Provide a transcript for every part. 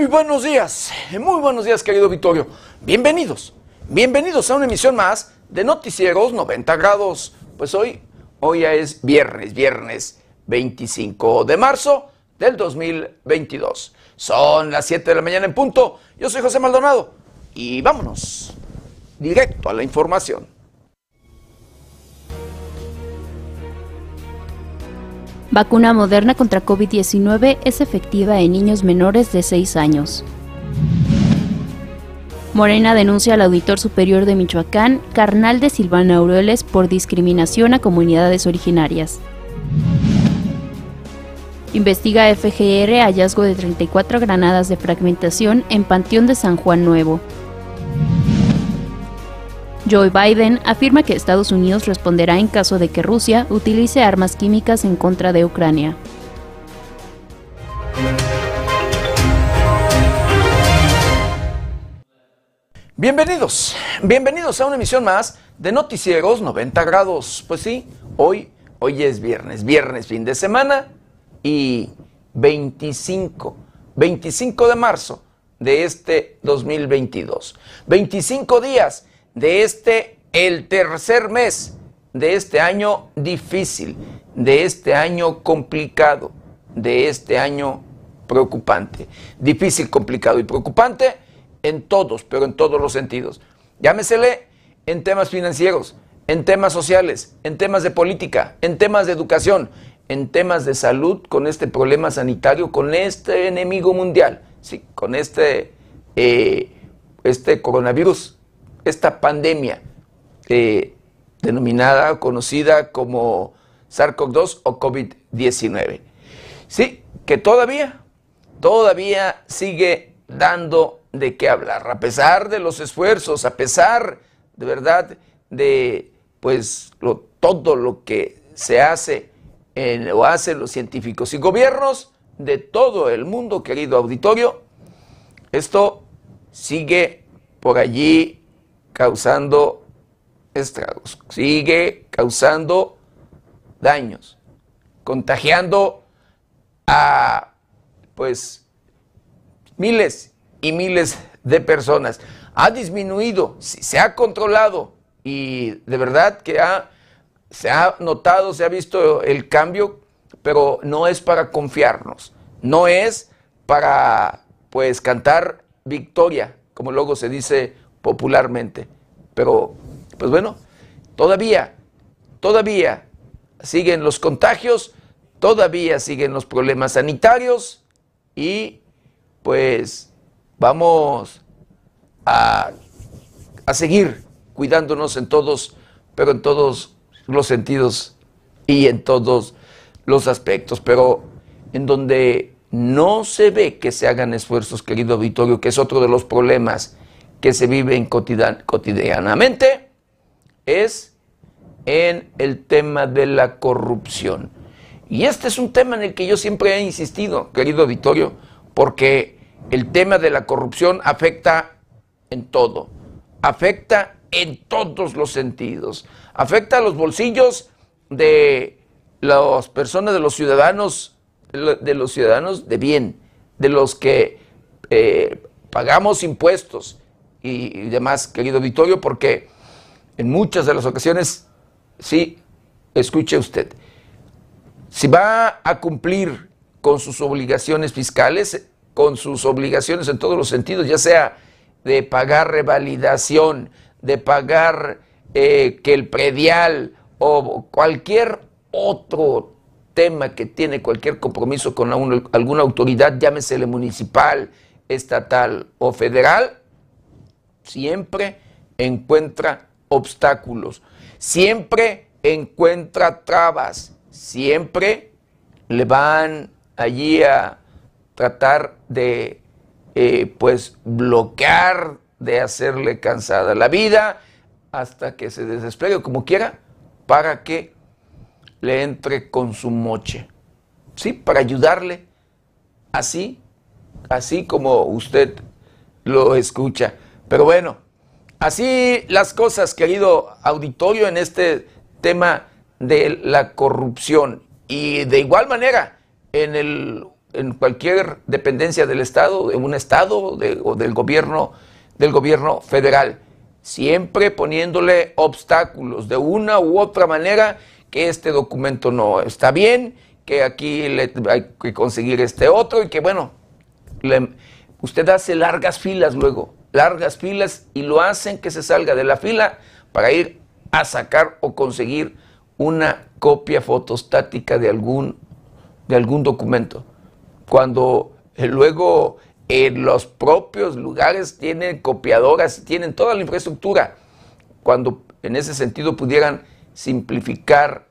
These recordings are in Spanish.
buenos días, querido Vittorio. Bienvenidos a una emisión más de Noticieros 90 grados. Pues hoy ya es viernes 25 de marzo del 2022. Son las 7 de la mañana en punto. Yo soy José Maldonado y vámonos directo a la información. Vacuna Moderna contra COVID-19 es efectiva en niños menores de 6 años. Morena denuncia al Auditor Superior de Michoacán, carnal de Silvana Aureoles, por discriminación a comunidades originarias. Investiga FGR hallazgo de 34 granadas de fragmentación en Panteón de San Juan Nuevo. Joe Biden afirma que Estados Unidos responderá en caso de que Rusia utilice armas químicas en contra de Ucrania. Bienvenidos a una emisión más de Noticieros 90 grados. Pues sí, hoy es viernes, fin de semana y 25 de marzo de este 2022. 25 días de el tercer mes de este año difícil, de este año complicado, de este año preocupante. Difícil, complicado y preocupante en todos, pero en todos los sentidos. Llámesele en temas financieros, en temas sociales, en temas de política, en temas de educación, en temas de salud, con este problema sanitario, con este enemigo mundial, sí, con este coronavirus, esta pandemia denominada, conocida como SARS-CoV-2 o COVID-19. Sí, que todavía sigue dando de qué hablar, a pesar de los esfuerzos, a pesar de verdad de todo lo que se hace o hacen los científicos y gobiernos de todo el mundo, querido auditorio. Esto sigue por allí causando estragos, sigue causando daños, contagiando a miles y miles de personas. Ha disminuido, se ha controlado y de verdad que se ha notado, se ha visto el cambio, pero no es para confiarnos, no es para cantar victoria, como luego se dice popularmente. Pero, todavía siguen los contagios, todavía siguen los problemas sanitarios y vamos a seguir cuidándonos en todos los sentidos y en todos los aspectos, pero en donde no se ve que se hagan esfuerzos, querido auditorio, que es otro de los problemas que se viven cotidianamente, es en el tema de la corrupción. Y este es un tema en el que yo siempre he insistido, querido auditorio, porque el tema de la corrupción afecta en todo, afecta en todos los sentidos, afecta a los bolsillos de las personas, de los ciudadanos de bien, de los que pagamos impuestos y demás, querido Vittorio, porque en muchas de las ocasiones, sí, escuche usted, si va a cumplir con sus obligaciones fiscales, con sus obligaciones en todos los sentidos, ya sea de pagar revalidación, de pagar que el predial o cualquier otro tema que tiene cualquier compromiso con alguna autoridad, llámesele municipal, estatal o federal, siempre encuentra obstáculos, siempre encuentra trabas, siempre le van allí a tratar de bloquear, de hacerle cansada la vida hasta que se desespere como quiera para que le entre con su moche, sí, para ayudarle así como usted lo escucha. Pero bueno, así las cosas, querido auditorio, en este tema de la corrupción. Y de igual manera, en el en cualquier dependencia del Estado, de un Estado o del gobierno federal, siempre poniéndole obstáculos de una u otra manera, que este documento no está bien, que aquí hay que conseguir este otro, y que bueno, usted hace largas filas luego, largas filas, y lo hacen que se salga de la fila para ir a sacar o conseguir una copia fotostática de algún documento. Cuando luego en los propios lugares tienen copiadoras, tienen toda la infraestructura, cuando en ese sentido pudieran simplificar,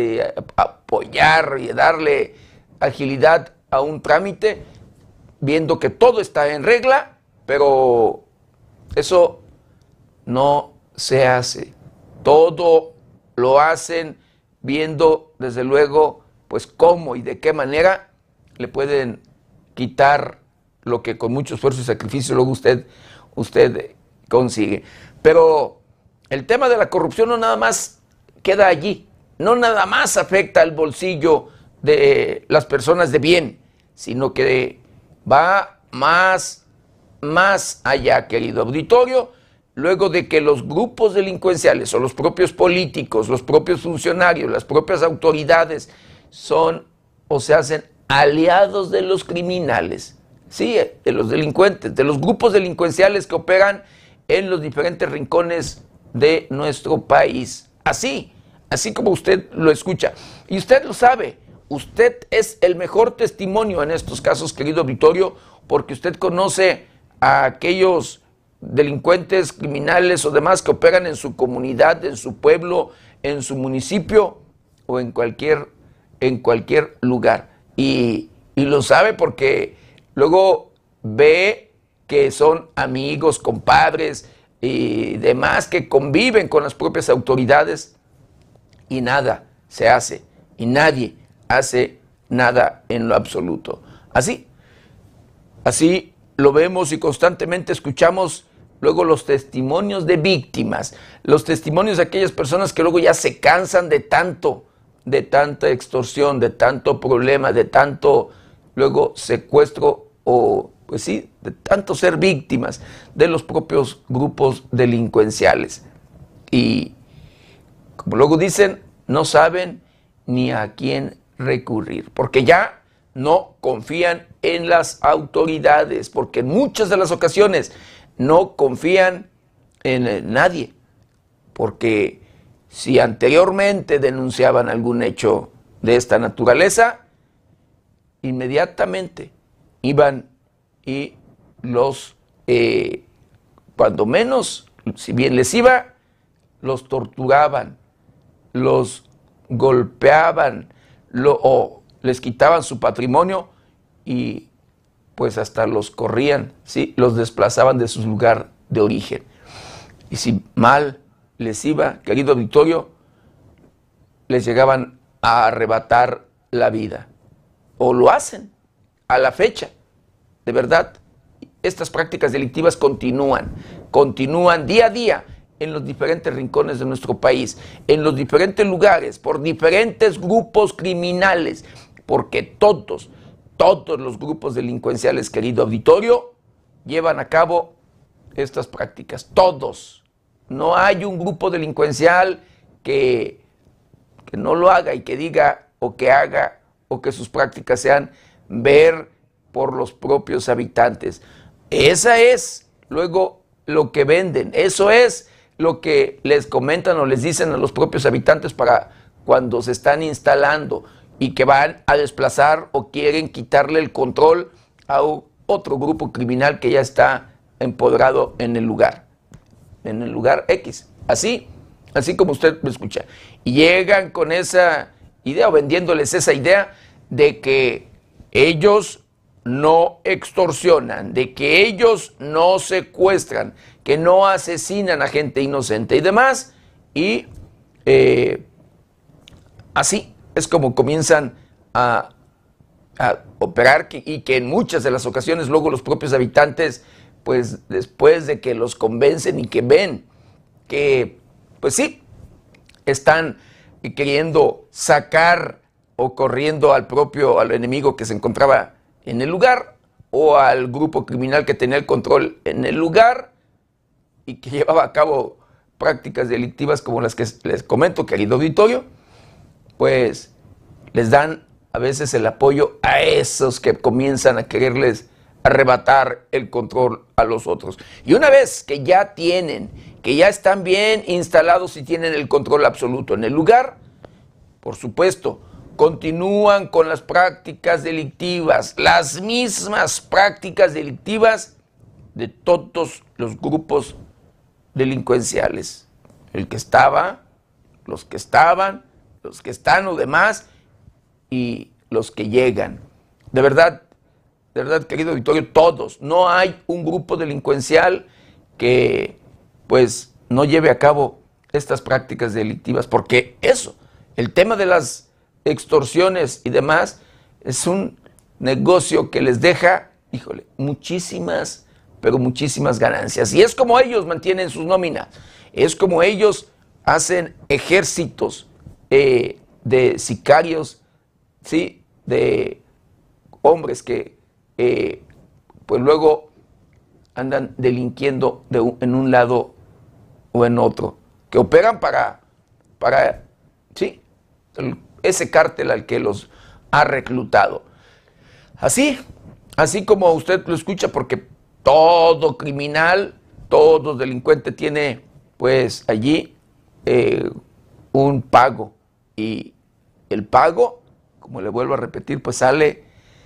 apoyar y darle agilidad a un trámite, viendo que todo está en regla, pero eso no se hace. Todo lo hacen viendo, desde luego, pues cómo y de qué manera le pueden quitar lo que con mucho esfuerzo y sacrificio luego usted consigue. Pero el tema de la corrupción no nada más queda allí, no nada más afecta al bolsillo de las personas de bien, sino que va más allá, querido auditorio, luego de que los grupos delincuenciales o los propios políticos, los propios funcionarios, las propias autoridades son o se hacen aliados de los criminales, sí, de los delincuentes, de los grupos delincuenciales que operan en los diferentes rincones de nuestro país. Así como usted lo escucha. Y usted lo sabe, usted es el mejor testimonio en estos casos, querido auditorio, porque usted conoce a aquellos delincuentes, criminales o demás que operan en su comunidad, en su pueblo, en su municipio o en cualquier lugar. Y lo sabe porque luego ve que son amigos, compadres y demás que conviven con las propias autoridades, y nada se hace, y nadie hace nada en lo absoluto. Así lo vemos y constantemente escuchamos luego los testimonios de víctimas, los testimonios de aquellas personas que luego ya se cansan de tanta extorsión, de tanto problema, de tanto luego secuestro o, pues sí, de tanto ser víctimas de los propios grupos delincuenciales. Y como luego dicen, no saben ni a quién recurrir, porque ya no confían en las autoridades, porque en muchas de las ocasiones no confían en nadie, porque si anteriormente denunciaban algún hecho de esta naturaleza, inmediatamente iban y los, cuando menos, si bien les iba, los torturaban, los golpeaban o les quitaban su patrimonio y pues hasta los corrían, ¿sí? Los desplazaban de su lugar de origen. Y si mal les iba, querido auditorio, les llegaban a arrebatar la vida. O lo hacen a la fecha. De verdad, estas prácticas delictivas continúan día a día en los diferentes rincones de nuestro país, en los diferentes lugares, por diferentes grupos criminales, porque todos los grupos delincuenciales, querido auditorio, llevan a cabo estas prácticas. Todos. No hay un grupo delincuencial que no lo haga y que diga o que haga o que sus prácticas sean ver por los propios habitantes. Esa es luego lo que venden, eso es lo que les comentan o les dicen a los propios habitantes para cuando se están instalando y que van a desplazar o quieren quitarle el control a otro grupo criminal que ya está empoderado en el lugar X. Así como usted me escucha. Y llegan con esa idea o vendiéndoles esa idea de que ellos no extorsionan, de que ellos no secuestran, que no asesinan a gente inocente y demás. Y así es como comienzan a operar y que en muchas de las ocasiones luego los propios habitantes, pues después de que los convencen y que ven que, pues sí, están queriendo sacar o corriendo al enemigo que se encontraba en el lugar o al grupo criminal que tenía el control en el lugar y que llevaba a cabo prácticas delictivas como las que les comento, querido auditorio, pues les dan a veces el apoyo a esos que comienzan a quererles arrebatar el control a los otros. Y una vez que ya están bien instalados y tienen el control absoluto en el lugar, por supuesto, continúan con las prácticas delictivas, las mismas prácticas delictivas de todos los grupos delincuenciales. El que estaba, los que estaban, los que están o demás y los que llegan. De verdad, querido auditorio, todos. No hay un grupo delincuencial que pues no lleve a cabo estas prácticas delictivas, porque eso, el tema de las extorsiones y demás, es un negocio que les deja, híjole, muchísimas, pero muchísimas ganancias. Y es como ellos mantienen sus nóminas, es como ellos hacen ejércitos de sicarios, ¿sí? De hombres que pues luego andan delinquiendo en un lado o en otro, que operan para ¿sí? Ese cártel al que los ha reclutado. Así como usted lo escucha, porque todo criminal, todo delincuente tiene pues allí un pago, y el pago, como le vuelvo a repetir, pues sale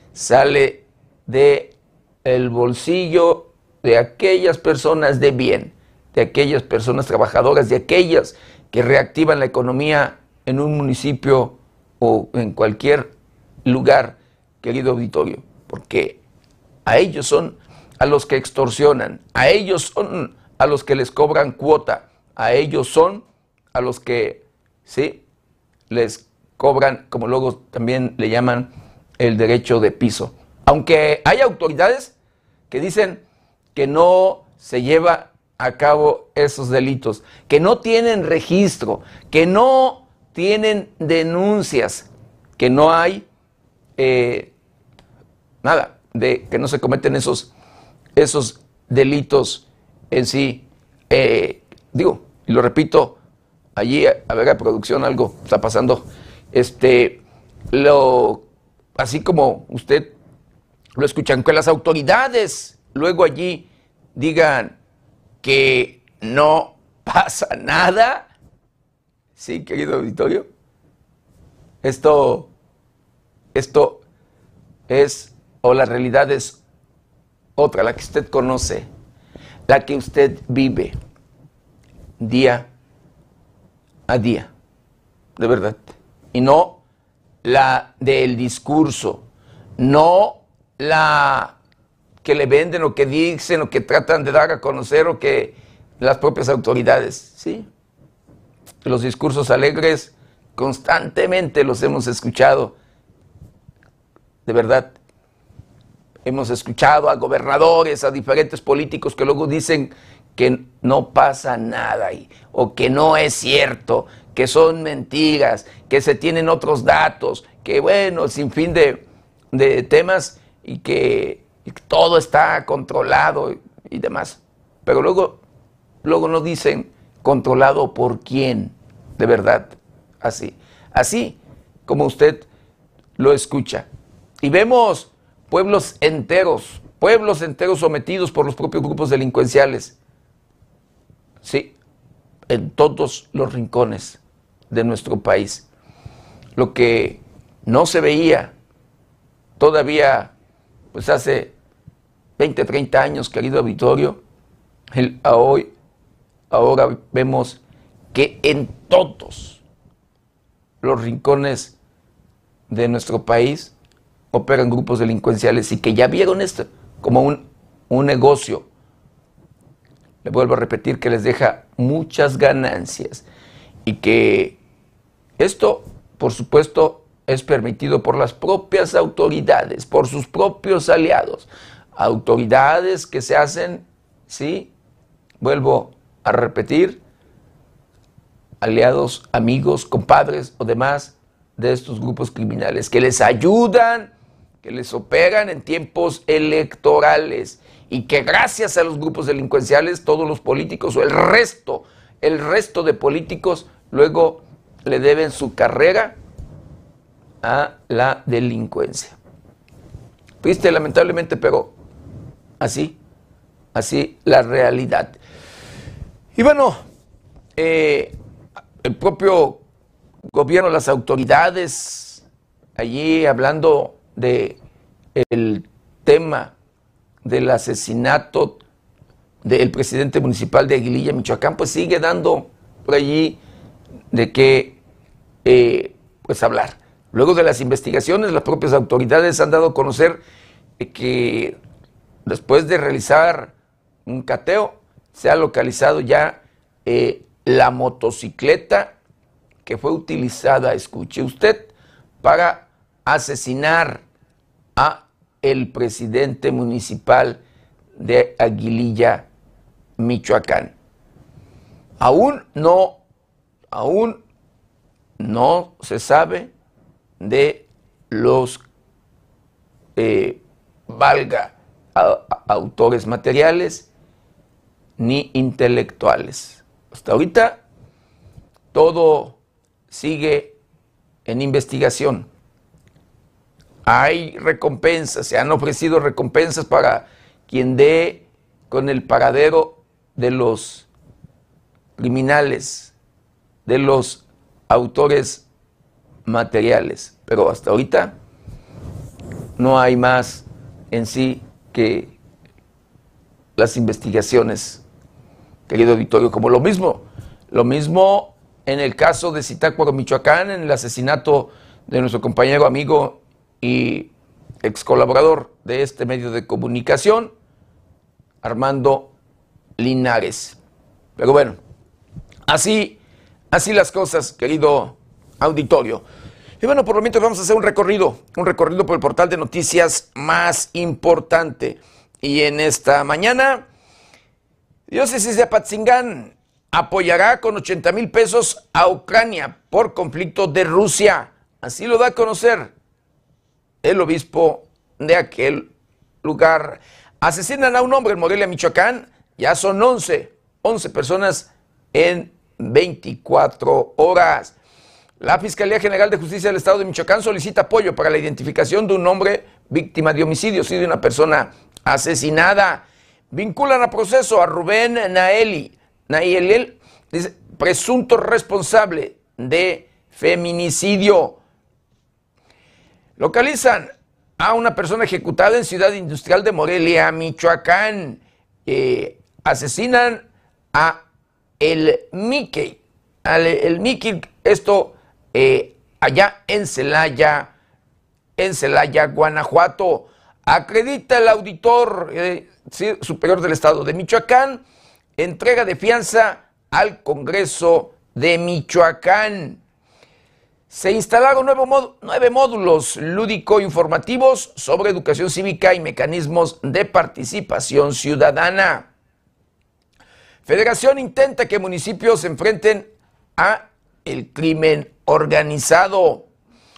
de el bolsillo de aquellas personas de bien, de aquellas personas trabajadoras, de aquellas que reactivan la economía en un municipio o en cualquier lugar, querido auditorio, porque a ellos son a los que extorsionan, a ellos son a los que les cobran cuota, a ellos son a los que, sí, les cobran, como luego también le llaman, el derecho de piso. Aunque hay autoridades que dicen que no se lleva a cabo esos delitos, que no tienen registro, que no tienen denuncias, que no hay nada, de que no se cometen esos delitos en sí. Digo, y lo repito, allí, a ver, a producción, algo está pasando. Así como usted lo escuchan, que las autoridades luego allí digan que no pasa nada. Sí, querido auditorio, esto es, o la realidad es otra, la que usted conoce, la que usted vive día a día, de verdad, y no la del discurso, no la que le venden o que dicen o que tratan de dar a conocer o que las propias autoridades, ¿sí? Los discursos alegres constantemente los hemos escuchado, de verdad. Hemos escuchado a gobernadores, a diferentes políticos que luego dicen que no pasa nada o que no es cierto, que son mentiras, que se tienen otros datos, que bueno, sin fin de temas y que todo está controlado y demás. Pero luego no dicen controlado por quién, de verdad, así como usted lo escucha. Y vemos pueblos enteros sometidos por los propios grupos delincuenciales, sí, en todos los rincones de nuestro país. Lo que no se veía todavía, pues hace 20, 30 años, querido auditorio, ahora vemos que en todos los rincones de nuestro país operan grupos delincuenciales y que ya vieron esto como un negocio. Le vuelvo a repetir que les deja muchas ganancias y que esto, por supuesto, es permitido por las propias autoridades, por sus propios aliados. Autoridades que se hacen, sí, vuelvo a repetir, aliados, amigos, compadres o demás de estos grupos criminales, que les ayudan, que les operan en tiempos electorales y que gracias a los grupos delincuenciales todos los políticos o el resto de políticos luego le deben su carrera a la delincuencia. Triste, lamentablemente, pero así la realidad. Y bueno, el propio gobierno, las autoridades, allí hablando de el tema del asesinato del presidente municipal de Aguililla, Michoacán, pues sigue dando por allí de qué pues hablar. Luego de las investigaciones, las propias autoridades han dado a conocer que después de realizar un cateo, se ha localizado ya la motocicleta que fue utilizada, escuche usted, para asesinar a el presidente municipal de Aguililla, Michoacán. Aún no se sabe de los autores materiales ni intelectuales. Hasta ahorita todo sigue en investigación. Hay recompensas, se han ofrecido recompensas para quien dé con el paradero de los criminales, de los autores materiales, pero hasta ahorita no hay más en sí que las investigaciones, querido auditorio, como lo mismo en el caso de Zitácuaro, Michoacán, en el asesinato de nuestro compañero, amigo y ex colaborador de este medio de comunicación, Armando Linares. Pero bueno, así las cosas, querido auditorio. Y bueno, por lo mientras vamos a hacer un recorrido por el portal de noticias más importante. Y en esta mañana, Diócesis de Apatzingán apoyará con 80,000 pesos a Ucrania por conflicto de Rusia. Así lo da a conocer el obispo de aquel lugar. Asesinan a un hombre en Morelia, Michoacán. Ya son 11 personas en 24 horas. La Fiscalía General de Justicia del Estado de Michoacán solicita apoyo para la identificación de un hombre víctima de homicidio, sí, de una persona asesinada. Vinculan a proceso a Rubén Nayelel, dice, presunto responsable de feminicidio. Localizan a una persona ejecutada en Ciudad Industrial de Morelia, Michoacán. Asesinan a el Mickey. El Mickey, esto allá en Celaya, Guanajuato. Acredita el auditor superior del Estado de Michoacán entrega de fianza al Congreso de Michoacán. Se instalaron 9 módulos lúdico-informativos sobre educación cívica y mecanismos de participación ciudadana. Federación intenta que municipios se enfrenten a el crimen organizado.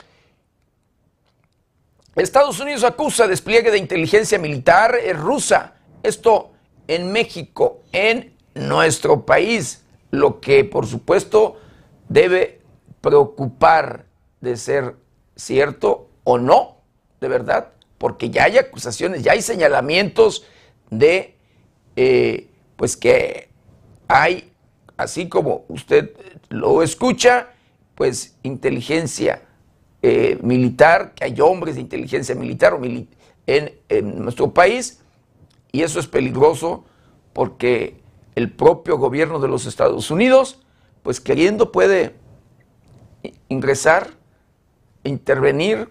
Estados Unidos acusa despliegue de inteligencia militar rusa. Esto en México, en nuestro país, lo que por supuesto debe preocupar de ser cierto o no, de verdad, porque ya hay acusaciones, ya hay señalamientos de, pues que hay, así como usted lo escucha, pues inteligencia militar, que hay hombres de inteligencia militar en nuestro país, y eso es peligroso porque el propio gobierno de los Estados Unidos, pues queriendo puede ingresar, intervenir,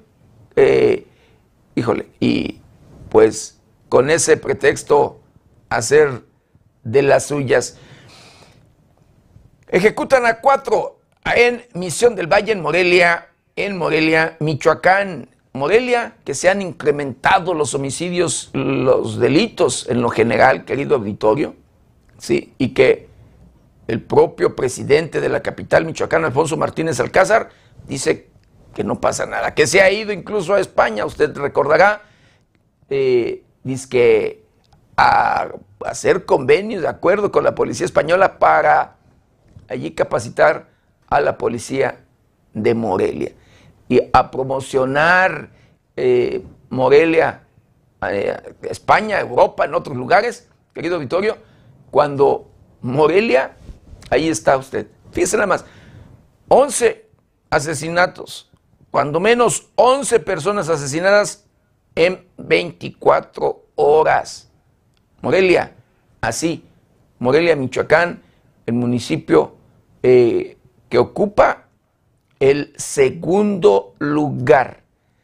y pues con ese pretexto hacer de las suyas. Ejecutan a 4 en Misión del Valle en Morelia, Michoacán. Morelia, que se han incrementado los homicidios, los delitos en lo general, querido auditorio, sí, y que el propio presidente de la capital, Michoacán, Alfonso Martínez Alcázar, dice que no pasa nada, que se ha ido incluso a España, usted recordará, dizque a hacer convenios de acuerdo con la policía española para allí capacitar a la policía de Morelia y a promocionar Morelia, España, Europa, en otros lugares, querido Vittorio, cuando Morelia, ahí está usted. Fíjese nada más, 11 asesinatos, cuando menos 11 personas asesinadas en 24 horas. Morelia, así, Morelia, Michoacán, el municipio que ocupa el segundo lugar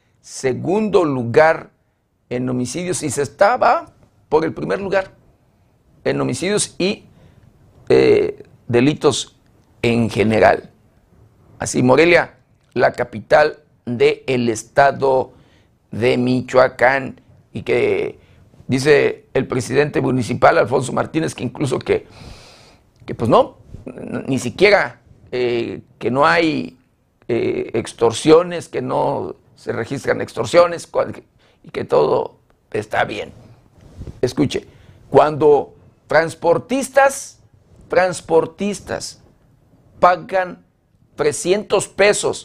en homicidios, y se estaba por el primer lugar en homicidios y delitos en general. Así, Morelia, la capital del estado de Michoacán, y que dice el presidente municipal, Alfonso Martínez, que incluso que pues no, ni siquiera que no hay extorsiones, que no se registran extorsiones y que todo está bien. Escuche, cuando transportistas pagan 300 pesos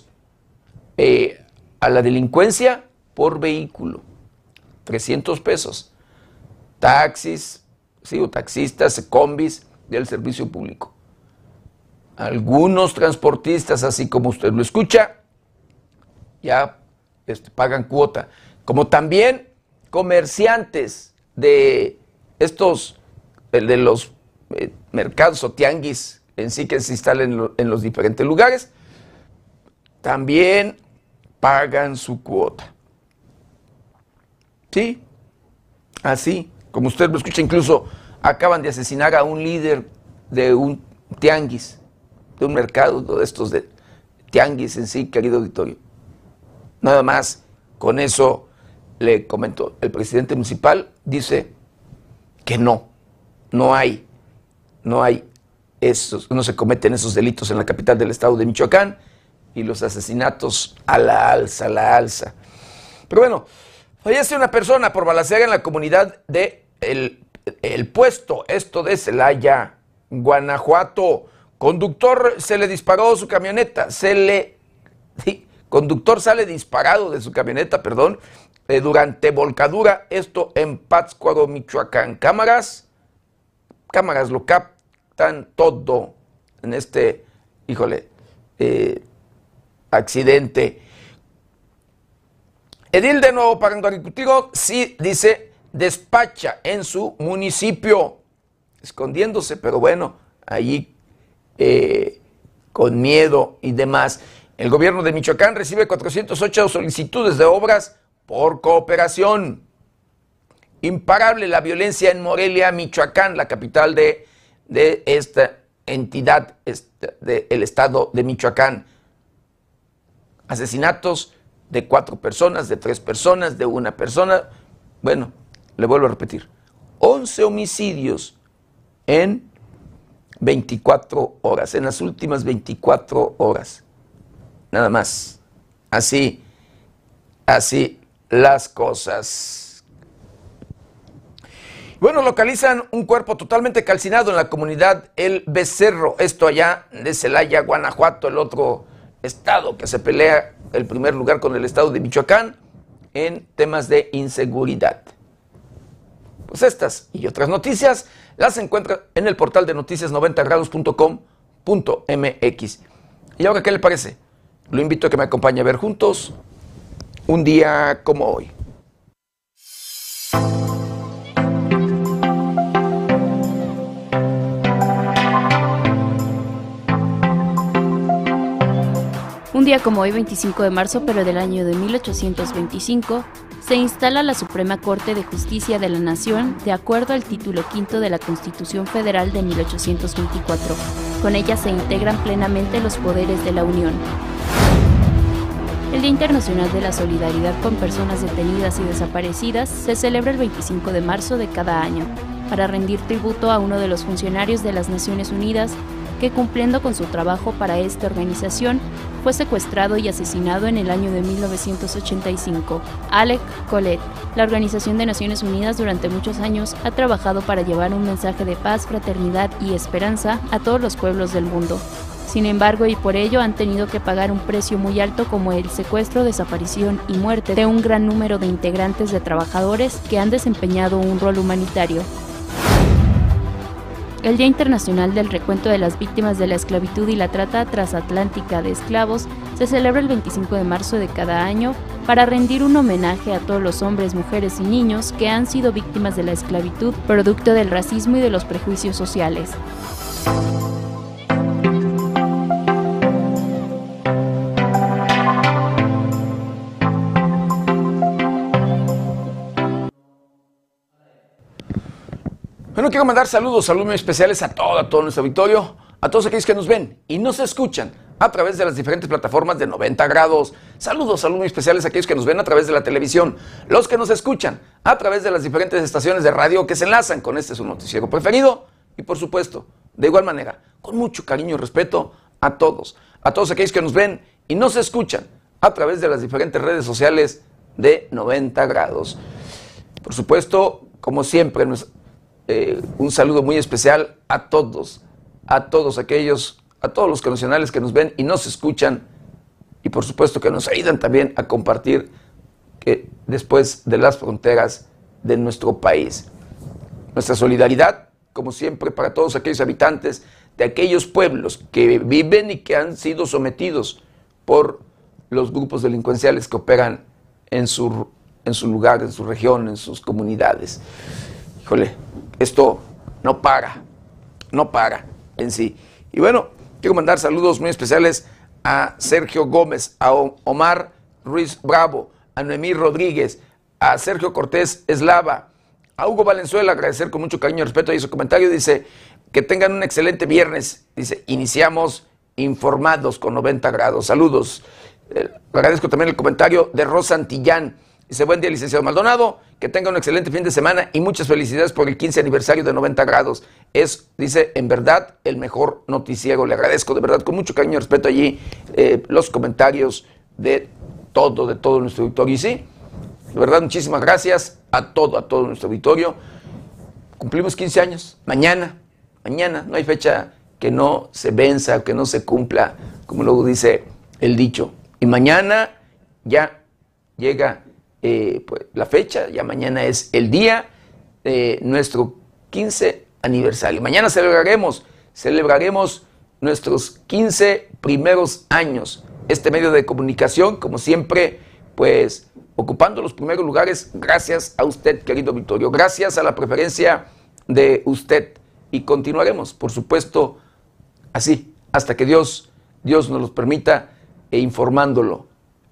a la delincuencia por vehículo, 300 pesos, taxis, sí, o taxistas, combis del servicio público. Algunos transportistas, así como usted lo escucha, ya pagan cuota, como también comerciantes de estos, de los mercados o tianguis en sí que se instalan en los diferentes lugares, también pagan su cuota. Sí, así, como usted lo escucha, incluso acaban de asesinar a un líder de un tianguis, de un mercado de estos de tianguis en sí, querido auditorio. Nada más, con eso le comentó el presidente municipal, dice que no se cometen esos delitos en la capital del estado de Michoacán, y los asesinatos a la alza. Pero bueno, fallece una persona por balacera en la comunidad de El Puesto, esto de Celaya, Guanajuato. Conductor se le disparó su camioneta, conductor sale disparado de su camioneta, durante volcadura, esto en Pátzcuaro, Michoacán. Cámaras lo captan todo en este, accidente. Edil de Nuevo Parangaricutigo, sí, dice, despacha en su municipio, escondiéndose, pero bueno, allí con miedo y demás. El gobierno de Michoacán recibe 408 solicitudes de obras por cooperación. Imparable la violencia en Morelia, Michoacán, la capital de esta entidad del estado de Michoacán. Asesinatos de 4 personas, de 3 personas, de 1 persona. Bueno, le vuelvo a repetir, 11 homicidios en 24 horas, en las últimas 24 horas. Nada más. Así las cosas. Bueno, localizan un cuerpo totalmente calcinado en la comunidad El Becerro, esto allá de Celaya, Guanajuato, el otro estado que se pelea el primer lugar con el estado de Michoacán en temas de inseguridad. Pues estas y otras noticias las encuentra en el portal de noticias90grados.com.mx. ¿Y ahora qué le parece? Lo invito a que me acompañe a ver juntos un día como hoy. Un día como hoy, 25 de marzo, pero del año de 1825, se instala la Suprema Corte de Justicia de la Nación de acuerdo al título V de la Constitución Federal de 1824. Con ella se integran plenamente los poderes de la Unión. El Día Internacional de la Solidaridad con Personas Detenidas y Desaparecidas se celebra el 25 de marzo de cada año, para rendir tributo a uno de los funcionarios de las Naciones Unidas que cumpliendo con su trabajo para esta organización, fue secuestrado y asesinado en el año de 1985. Alec Colette. La Organización de Naciones Unidas durante muchos años ha trabajado para llevar un mensaje de paz, fraternidad y esperanza a todos los pueblos del mundo. Sin embargo, y por ello han tenido que pagar un precio muy alto como el secuestro, desaparición y muerte de un gran número de integrantes de trabajadores que han desempeñado un rol humanitario. El Día Internacional del Recuento de las Víctimas de la Esclavitud y la Trata Transatlántica de Esclavos se celebra el 25 de marzo de cada año para rendir un homenaje a todos los hombres, mujeres y niños que han sido víctimas de la esclavitud, producto del racismo y de los prejuicios sociales. Bueno, quiero mandar saludos muy especiales a todo nuestro auditorio, a todos aquellos que nos ven y nos escuchan a través de las diferentes plataformas de 90 grados. Saludos muy especiales a aquellos que nos ven a través de la televisión, los que nos escuchan a través de las diferentes estaciones de radio que se enlazan con este su noticiero preferido y, por supuesto, de igual manera, con mucho cariño y respeto a todos aquellos que nos ven y nos escuchan a través de las diferentes redes sociales de 90 grados. Por supuesto, como siempre, un saludo muy especial a todos aquellos, a todos los connacionales que nos ven y nos escuchan y por supuesto que nos ayudan también a compartir después de las fronteras de nuestro país. Nuestra solidaridad, como siempre, para todos aquellos habitantes de aquellos pueblos que viven y que han sido sometidos por los grupos delincuenciales que operan en su lugar, en su región, en sus comunidades. Híjole, esto no para en sí. Y bueno, quiero mandar saludos muy especiales a Sergio Gómez, a Omar Ruiz Bravo, a Noemí Rodríguez, a Sergio Cortés Eslava, a Hugo Valenzuela, agradecer con mucho cariño y respeto ahí su comentario. Dice que tengan un excelente viernes. Dice, iniciamos informados con 90 grados. Saludos. Agradezco también el comentario de Rosa Antillán. Dice, buen día, licenciado Maldonado, que tenga un excelente fin de semana y muchas felicidades por el 15 aniversario de 90 grados. Es, dice, en verdad, el mejor noticiero. Le agradezco de verdad, con mucho cariño y respeto allí, los comentarios de todo nuestro auditorio. Y sí, de verdad, muchísimas gracias a todo nuestro auditorio. Cumplimos 15 años, mañana, no hay fecha que no se venza, que no se cumpla, como luego dice el dicho. Y mañana ya llega pues, la fecha, ya mañana es el día de nuestro 15 aniversario. Mañana celebraremos nuestros 15 primeros años. Este medio de comunicación, como siempre, pues ocupando los primeros lugares, gracias a usted, querido Vittorio, gracias a la preferencia de usted. Y continuaremos, por supuesto, así, hasta que Dios nos los permita, informándolo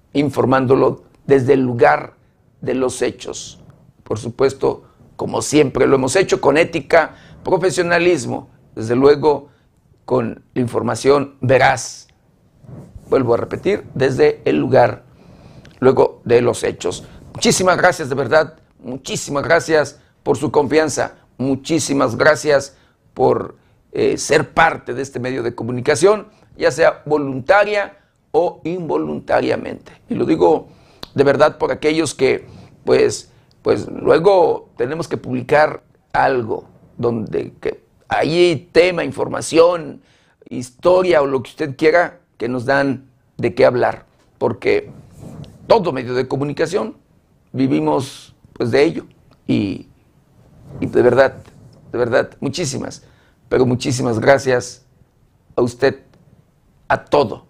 desde el lugar de los hechos. Por supuesto, como siempre lo hemos hecho, con ética, profesionalismo, desde luego con la información veraz. Vuelvo a repetir, desde el lugar, luego de los hechos. Muchísimas gracias, de verdad, muchísimas gracias por su confianza, muchísimas gracias por ser parte de este medio de comunicación, ya sea voluntaria o involuntariamente. Y lo digo de verdad por aquellos que, pues luego tenemos que publicar algo donde hay tema, información, historia o lo que usted quiera, que nos dan de qué hablar, porque todo medio de comunicación vivimos pues de ello y de verdad, muchísimas gracias a usted, a todo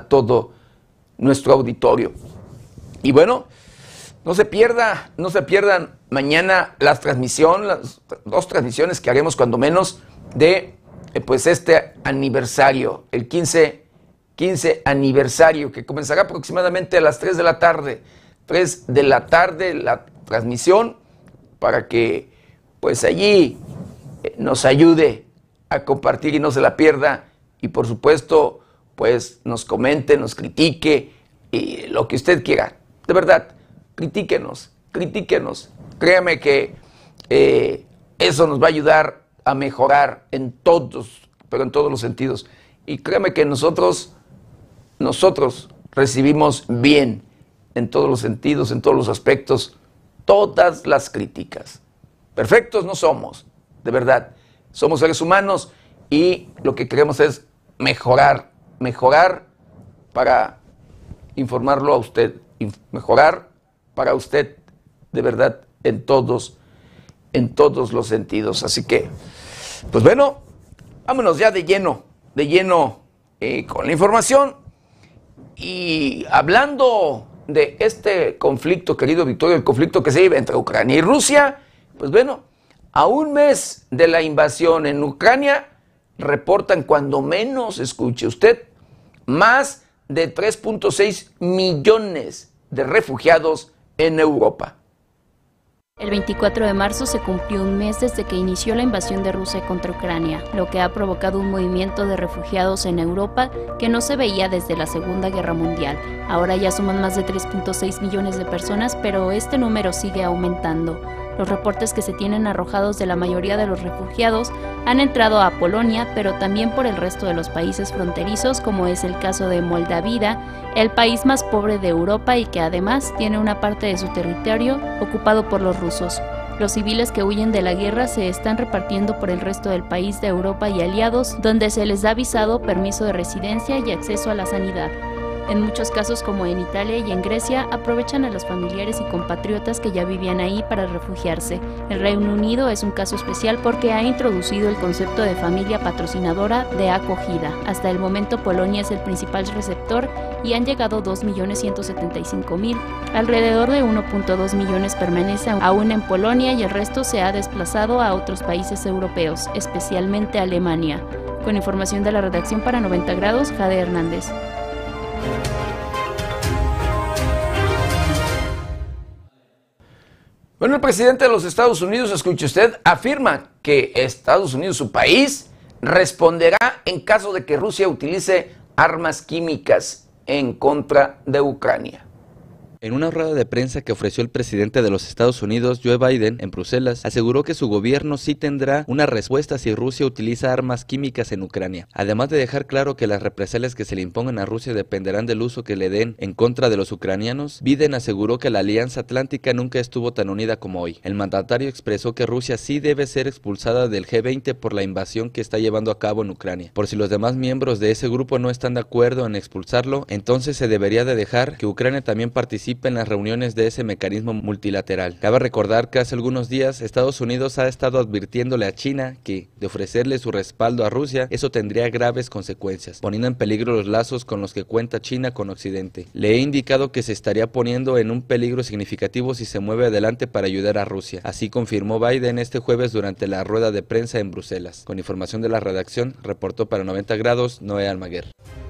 nuestro auditorio. Y bueno, no se pierdan mañana las dos transmisiones que haremos cuando menos de pues este aniversario, el 15 aniversario, que comenzará aproximadamente a las 3 de la tarde. 3 de la tarde la transmisión, para que pues allí nos ayude a compartir y no se la pierda. Y por supuesto, pues nos comente, nos critique, y lo que usted quiera. De verdad, critíquenos. Créame que eso nos va a ayudar a mejorar en todos pero en todos los sentidos. Y créeme que nosotros recibimos bien en todos los sentidos, en todos los aspectos, todas las críticas. Perfectos no somos, de verdad. Somos seres humanos y lo que queremos es mejorar para informarlo a usted, mejorar para usted, de verdad, en todos los sentidos. Así que, pues bueno, vámonos ya de lleno con la información. Y hablando de este conflicto, querido Victorio, el conflicto que se vive entre Ucrania y Rusia, pues bueno, a un mes de la invasión en Ucrania, reportan, cuando menos, escuche usted, más de 3.6 millones de refugiados en Europa. El 24 de marzo se cumplió un mes desde que inició la invasión de Rusia contra Ucrania, lo que ha provocado un movimiento de refugiados en Europa que no se veía desde la Segunda Guerra Mundial. Ahora ya suman más de 3.6 millones de personas, pero este número sigue aumentando. Los reportes que se tienen arrojados de la mayoría de los refugiados han entrado a Polonia, pero también por el resto de los países fronterizos, como es el caso de Moldavia, el país más pobre de Europa y que además tiene una parte de su territorio ocupado por los rusos. Los civiles que huyen de la guerra se están repartiendo por el resto del país de Europa y aliados, donde se les da visado, permiso de residencia y acceso a la sanidad. En muchos casos, como en Italia y en Grecia, aprovechan a los familiares y compatriotas que ya vivían ahí para refugiarse. El Reino Unido es un caso especial porque ha introducido el concepto de familia patrocinadora de acogida. Hasta el momento, Polonia es el principal receptor y han llegado 2.175.000. Alrededor de 1.2 millones permanecen aún en Polonia y el resto se ha desplazado a otros países europeos, especialmente Alemania. Con información de la redacción para 90 grados, Jade Hernández. Bueno, el presidente de los Estados Unidos, escuche usted, afirma que Estados Unidos, su país, responderá en caso de que Rusia utilice armas químicas en contra de Ucrania. En una rueda de prensa que ofreció el presidente de los Estados Unidos, Joe Biden, en Bruselas, aseguró que su gobierno sí tendrá una respuesta si Rusia utiliza armas químicas en Ucrania. Además de dejar claro que las represalias que se le impongan a Rusia dependerán del uso que le den en contra de los ucranianos, Biden aseguró que la Alianza Atlántica nunca estuvo tan unida como hoy. El mandatario expresó que Rusia sí debe ser expulsada del G20 por la invasión que está llevando a cabo en Ucrania. Por si los demás miembros de ese grupo no están de acuerdo en expulsarlo, entonces se debería de dejar que Ucrania también participe en las reuniones de ese mecanismo multilateral. Cabe recordar que hace algunos días Estados Unidos ha estado advirtiéndole a China que, de ofrecerle su respaldo a Rusia, eso tendría graves consecuencias, poniendo en peligro los lazos con los que cuenta China con Occidente. Le he indicado que se estaría poniendo en un peligro significativo si se mueve adelante para ayudar a Rusia. Así confirmó Biden este jueves durante la rueda de prensa en Bruselas. Con información de la redacción, reportó para 90 grados Noé Almaguer.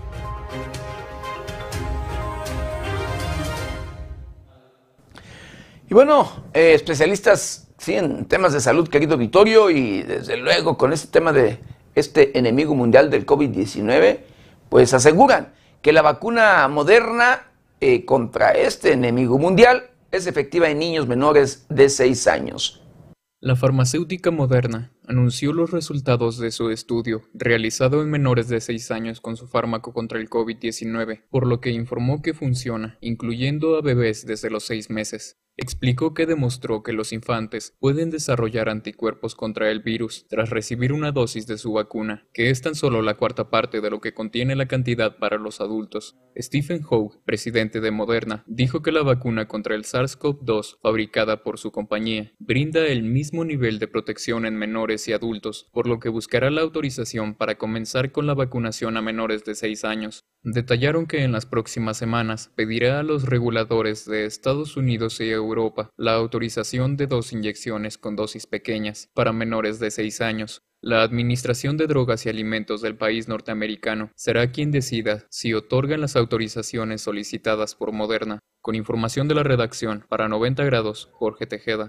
Y bueno, especialistas sí, en temas de salud, querido Vittorio, y desde luego con este tema de este enemigo mundial del COVID-19, pues aseguran que la vacuna Moderna contra este enemigo mundial es efectiva en niños menores de 6 años. La farmacéutica Moderna anunció los resultados de su estudio realizado en menores de 6 años con su fármaco contra el COVID-19, por lo que informó que funciona, incluyendo a bebés desde los 6 meses. Explicó que demostró que los infantes pueden desarrollar anticuerpos contra el virus tras recibir una dosis de su vacuna, que es tan solo la cuarta parte de lo que contiene la cantidad para los adultos. Stephen Hoge, presidente de Moderna, dijo que la vacuna contra el SARS-CoV-2, fabricada por su compañía, brinda el mismo nivel de protección en menores y adultos, por lo que buscará la autorización para comenzar con la vacunación a menores de 6 años. Detallaron que en las próximas semanas pedirá a los reguladores de Estados Unidos y Europa la autorización de 2 inyecciones con dosis pequeñas para menores de 6 años. La Administración de Drogas y Alimentos del país norteamericano será quien decida si otorgan las autorizaciones solicitadas por Moderna. Con información de la redacción, para 90 grados, Jorge Tejeda.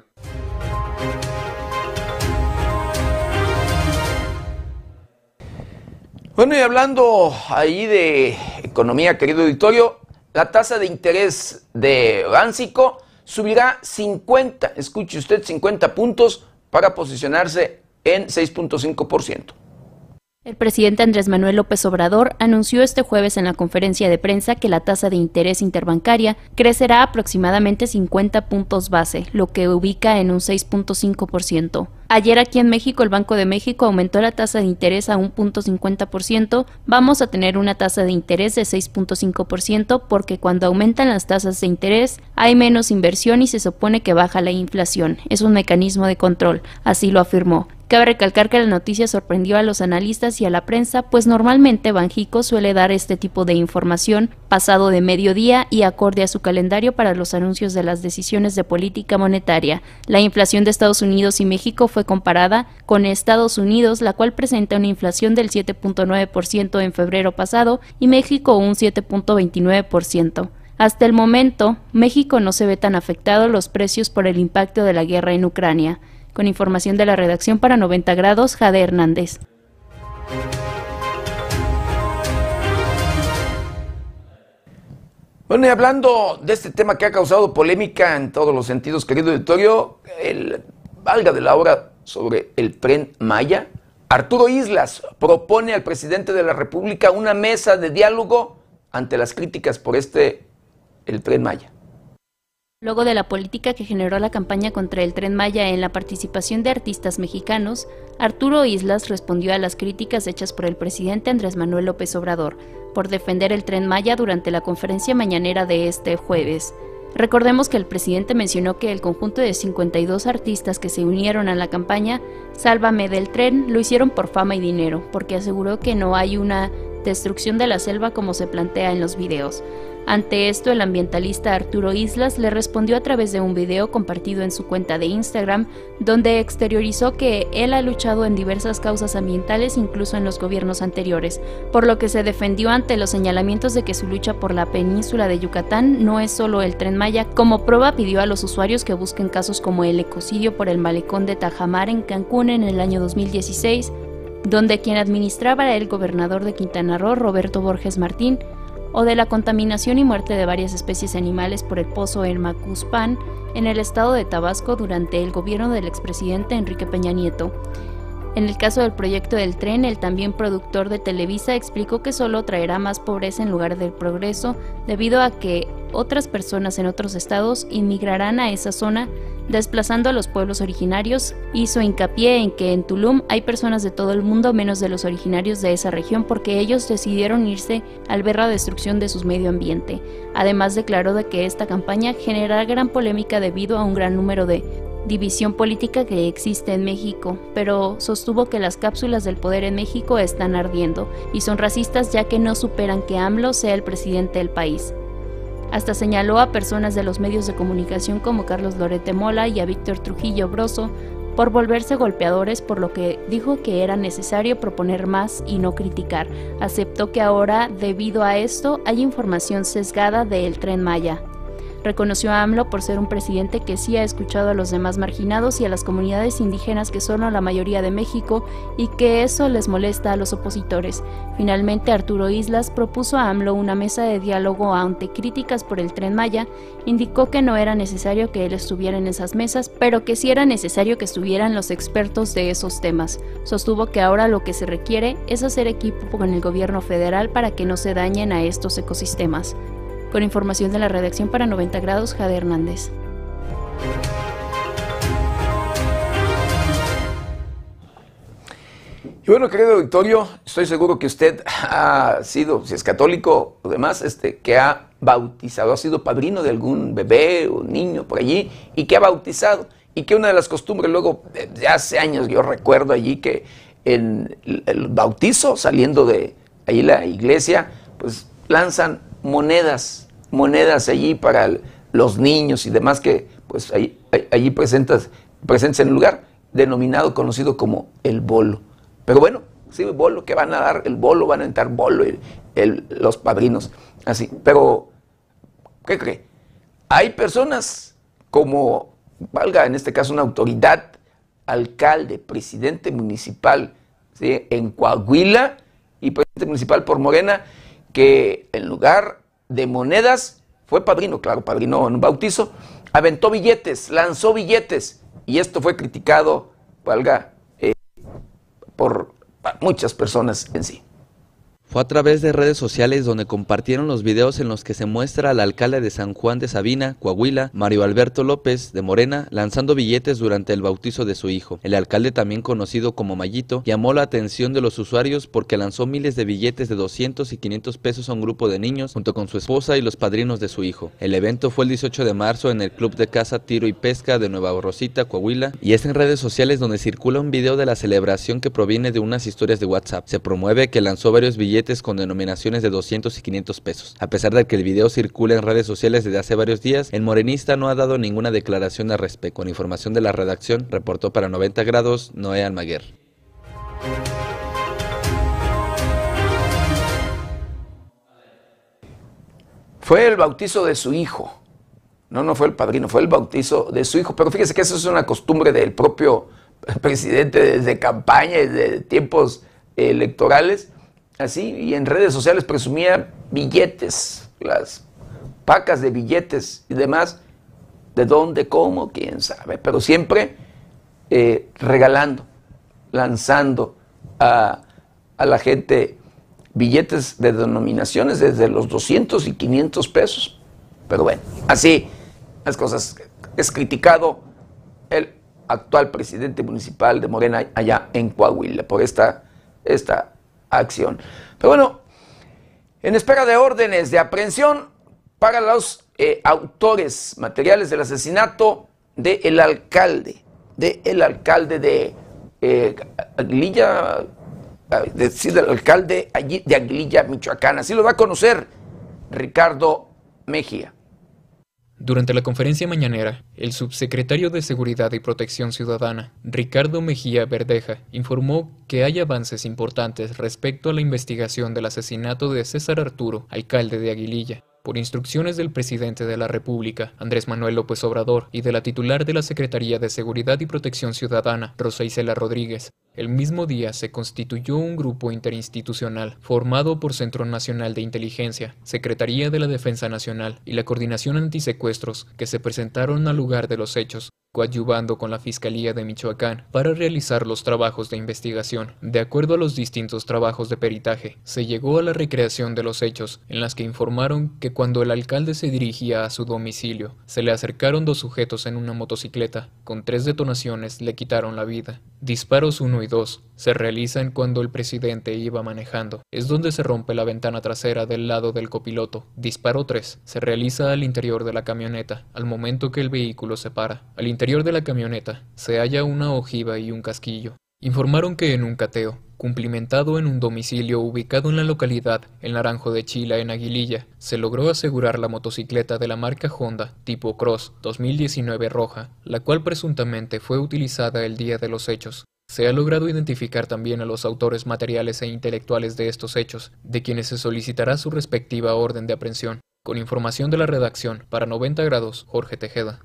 Bueno, y hablando ahí de economía, querido Vittorio, la tasa de interés de Bánsico subirá 50, escuche usted, 50 puntos para posicionarse en 6.5%. El presidente Andrés Manuel López Obrador anunció este jueves en la conferencia de prensa que la tasa de interés interbancaria crecerá aproximadamente 50 puntos base, lo que ubica en un 6.5%. Ayer aquí en México el Banco de México aumentó la tasa de interés a 1.50%, vamos a tener una tasa de interés de 6.5% porque cuando aumentan las tasas de interés hay menos inversión y se supone que baja la inflación, es un mecanismo de control, así lo afirmó. Cabe recalcar que la noticia sorprendió a los analistas y a la prensa, pues normalmente Banxico suele dar este tipo de información pasado de mediodía y acorde a su calendario para los anuncios de las decisiones de política monetaria. La inflación de Estados Unidos y México fue comparada con Estados Unidos, la cual presenta una inflación del 7.9% en febrero pasado y México un 7.29%. Hasta el momento, México no se ve tan afectado los precios por el impacto de la guerra en Ucrania. Con información de la redacción para 90 grados, Jade Hernández. Bueno, y hablando de este tema que ha causado polémica en todos los sentidos, querido auditorio, valga de la hora sobre el Tren Maya, Arturo Islas propone al presidente de la República una mesa de diálogo ante las críticas por el Tren Maya. Luego de la política que generó la campaña contra el Tren Maya en la participación de artistas mexicanos, Arturo Islas respondió a las críticas hechas por el presidente Andrés Manuel López Obrador por defender el Tren Maya durante la conferencia mañanera de este jueves. Recordemos que el presidente mencionó que el conjunto de 52 artistas que se unieron a la campaña Sálvame del Tren lo hicieron por fama y dinero, porque aseguró que no hay una destrucción de la selva como se plantea en los videos. Ante esto, el ambientalista Arturo Islas le respondió a través de un video compartido en su cuenta de Instagram, donde exteriorizó que él ha luchado en diversas causas ambientales, incluso en los gobiernos anteriores, por lo que se defendió ante los señalamientos de que su lucha por la península de Yucatán no es solo el Tren Maya. Como prueba, pidió a los usuarios que busquen casos como el ecocidio por el malecón de Tajamar en Cancún en el año 2016, donde quien administraba era el gobernador de Quintana Roo, Roberto Borges Martín, o de la contaminación y muerte de varias especies animales por el pozo El Macuspán en el estado de Tabasco durante el gobierno del expresidente Enrique Peña Nieto. En el caso del proyecto del tren, el también productor de Televisa explicó que solo traerá más pobreza en lugar del progreso, debido a que otras personas en otros estados inmigrarán a esa zona, desplazando a los pueblos originarios. Hizo hincapié en que en Tulum hay personas de todo el mundo menos de los originarios de esa región porque ellos decidieron irse al ver la destrucción de su medio ambiente. Además declaró de que esta campaña generará gran polémica debido a un gran número de división política que existe en México, pero sostuvo que las cápsulas del poder en México están ardiendo y son racistas ya que no superan que AMLO sea el presidente del país. Hasta señaló a personas de los medios de comunicación como Carlos Loret de Mola y a Víctor Trujillo Broso por volverse golpeadores, por lo que dijo que era necesario proponer más y no criticar. Aceptó que ahora, debido a esto, hay información sesgada del Tren Maya. Reconoció a AMLO por ser un presidente que sí ha escuchado a los demás marginados y a las comunidades indígenas que son la mayoría de México y que eso les molesta a los opositores. Finalmente, Arturo Islas propuso a AMLO una mesa de diálogo ante críticas por el Tren Maya. Indicó que no era necesario que él estuviera en esas mesas, pero que sí era necesario que estuvieran los expertos de esos temas. Sostuvo que ahora lo que se requiere es hacer equipo con el gobierno federal para que no se dañen a estos ecosistemas. Con información de la redacción para 90 grados, Jade Hernández. Y bueno, querido Victorio, estoy seguro que usted ha sido, si es católico o demás, que ha bautizado, ha sido padrino de algún bebé o niño por allí y que ha bautizado. Y que una de las costumbres, luego, de hace años, yo recuerdo allí que en el bautizo, saliendo de ahí la iglesia, pues lanzan monedas allí para los niños y demás que pues allí presentes en el lugar, conocido como el bolo. Pero bueno, sí, bolo, que van a dar el bolo, van a entrar bolo los padrinos, así. Pero, ¿qué cree? Hay personas como, valga en este caso una autoridad, alcalde, presidente municipal, ¿sí?, en Coahuila y presidente municipal por Morena, que en lugar de monedas fue padrino, claro, padrino en un bautizo, aventó billetes, lanzó billetes, y esto fue criticado, valga, por muchas personas en sí. Fue a través de redes sociales donde compartieron los videos en los que se muestra al alcalde de San Juan de Sabina, Coahuila, Mario Alberto López, de Morena, lanzando billetes durante el bautizo de su hijo. El alcalde, también conocido como Mayito, llamó la atención de los usuarios porque lanzó miles de billetes de 200 y 500 pesos a un grupo de niños junto con su esposa y los padrinos de su hijo. El evento fue el 18 de marzo en el Club de Caza, Tiro y Pesca de Nueva Rosita, Coahuila, y es en redes sociales donde circula un video de la celebración que proviene de unas historias de WhatsApp. Se promueve que lanzó varios billetes con denominaciones de 200 y 500 pesos. A pesar de que el video circula en redes sociales desde hace varios días, el morenista no ha dado ninguna declaración al respecto. Con información de la redacción, reportó para 90 grados Noé Almaguer. Fue el bautizo de su hijo. No fue el padrino, fue el bautizo de su hijo. Pero fíjese que eso es una costumbre del propio presidente desde campaña, desde tiempos electorales. Así, y en redes sociales presumía billetes, las pacas de billetes y demás, de dónde, cómo, quién sabe, pero siempre regalando, lanzando a la gente billetes de denominaciones desde los 200 y 500 pesos. Pero bueno, así las cosas. Es criticado el actual presidente municipal de Morena allá en Coahuila por esta acción. Pero bueno, en espera de órdenes de aprehensión para los autores materiales del asesinato del alcalde de Aguililla, del alcalde de Aguililla, Michoacán. Así lo va a conocer Ricardo Mejía. Durante la conferencia mañanera, el subsecretario de Seguridad y Protección Ciudadana, Ricardo Mejía Verdeja, informó que hay avances importantes respecto a la investigación del asesinato de César Arturo, alcalde de Aguililla, por instrucciones del presidente de la República, Andrés Manuel López Obrador, y de la titular de la Secretaría de Seguridad y Protección Ciudadana, Rosa Isela Rodríguez. El mismo día se constituyó un grupo interinstitucional formado por Centro Nacional de Inteligencia, Secretaría de la Defensa Nacional y la Coordinación Antisecuestros, que se presentaron al lugar de los hechos, coadyuvando con la Fiscalía de Michoacán para realizar los trabajos de investigación. De acuerdo a los distintos trabajos de peritaje, se llegó a la recreación de los hechos, en las que informaron que cuando el alcalde se dirigía a su domicilio, se le acercaron dos sujetos en una motocicleta. Con 3 detonaciones le quitaron la vida. Disparos 1 y 2 se realizan cuando el presidente iba manejando. Es donde se rompe la ventana trasera del lado del copiloto. Disparo 3 se realiza al interior de la camioneta, al momento que el vehículo se para. Al interior de la camioneta se halla una ojiva y un casquillo. Informaron que en un cateo, cumplimentado en un domicilio ubicado en la localidad El Naranjo de Chila, en Aguililla, se logró asegurar la motocicleta de la marca Honda tipo Cross 2019 roja, la cual presuntamente fue utilizada el día de los hechos. Se ha logrado identificar también a los autores materiales e intelectuales de estos hechos, de quienes se solicitará su respectiva orden de aprehensión. Con información de la redacción, para 90 grados, Jorge Tejeda.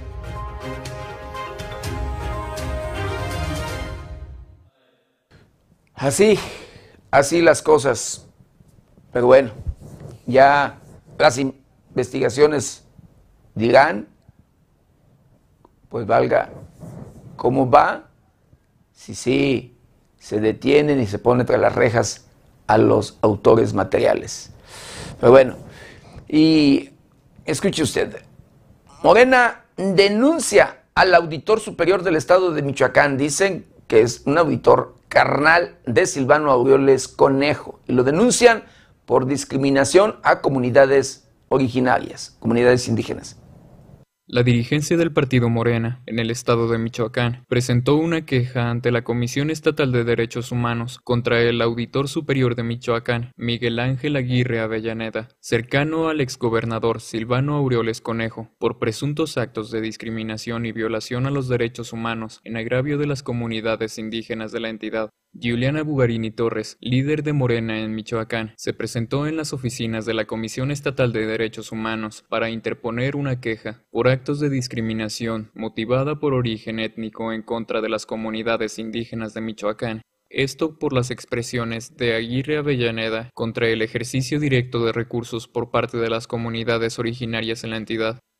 Así las cosas. Pero bueno, ya las investigaciones dirán, pues valga cómo va, si sí se detienen y se ponen tras las rejas a los autores materiales. Pero bueno, y escuche usted, Morena denuncia al auditor superior del estado de Michoacán. Dicen que es un auditor carnal de Silvano Aureoles Conejo, y lo denuncian por discriminación a comunidades originarias, comunidades indígenas. La dirigencia del partido Morena, en el estado de Michoacán, presentó una queja ante la Comisión Estatal de Derechos Humanos contra el auditor superior de Michoacán, Miguel Ángel Aguirre Avellaneda, cercano al exgobernador Silvano Aureoles Conejo, por presuntos actos de discriminación y violación a los derechos humanos en agravio de las comunidades indígenas de la entidad. Giuliana Bugarini Torres, líder de Morena en Michoacán, se presentó en las oficinas de la Comisión Estatal de Derechos Humanos para interponer una queja por actos de discriminación motivada por origen étnico en contra de las comunidades indígenas de Michoacán. Esto por las expresiones de Aguirre Avellaneda contra el ejercicio directo de recursos por parte de las comunidades originarias en la entidad.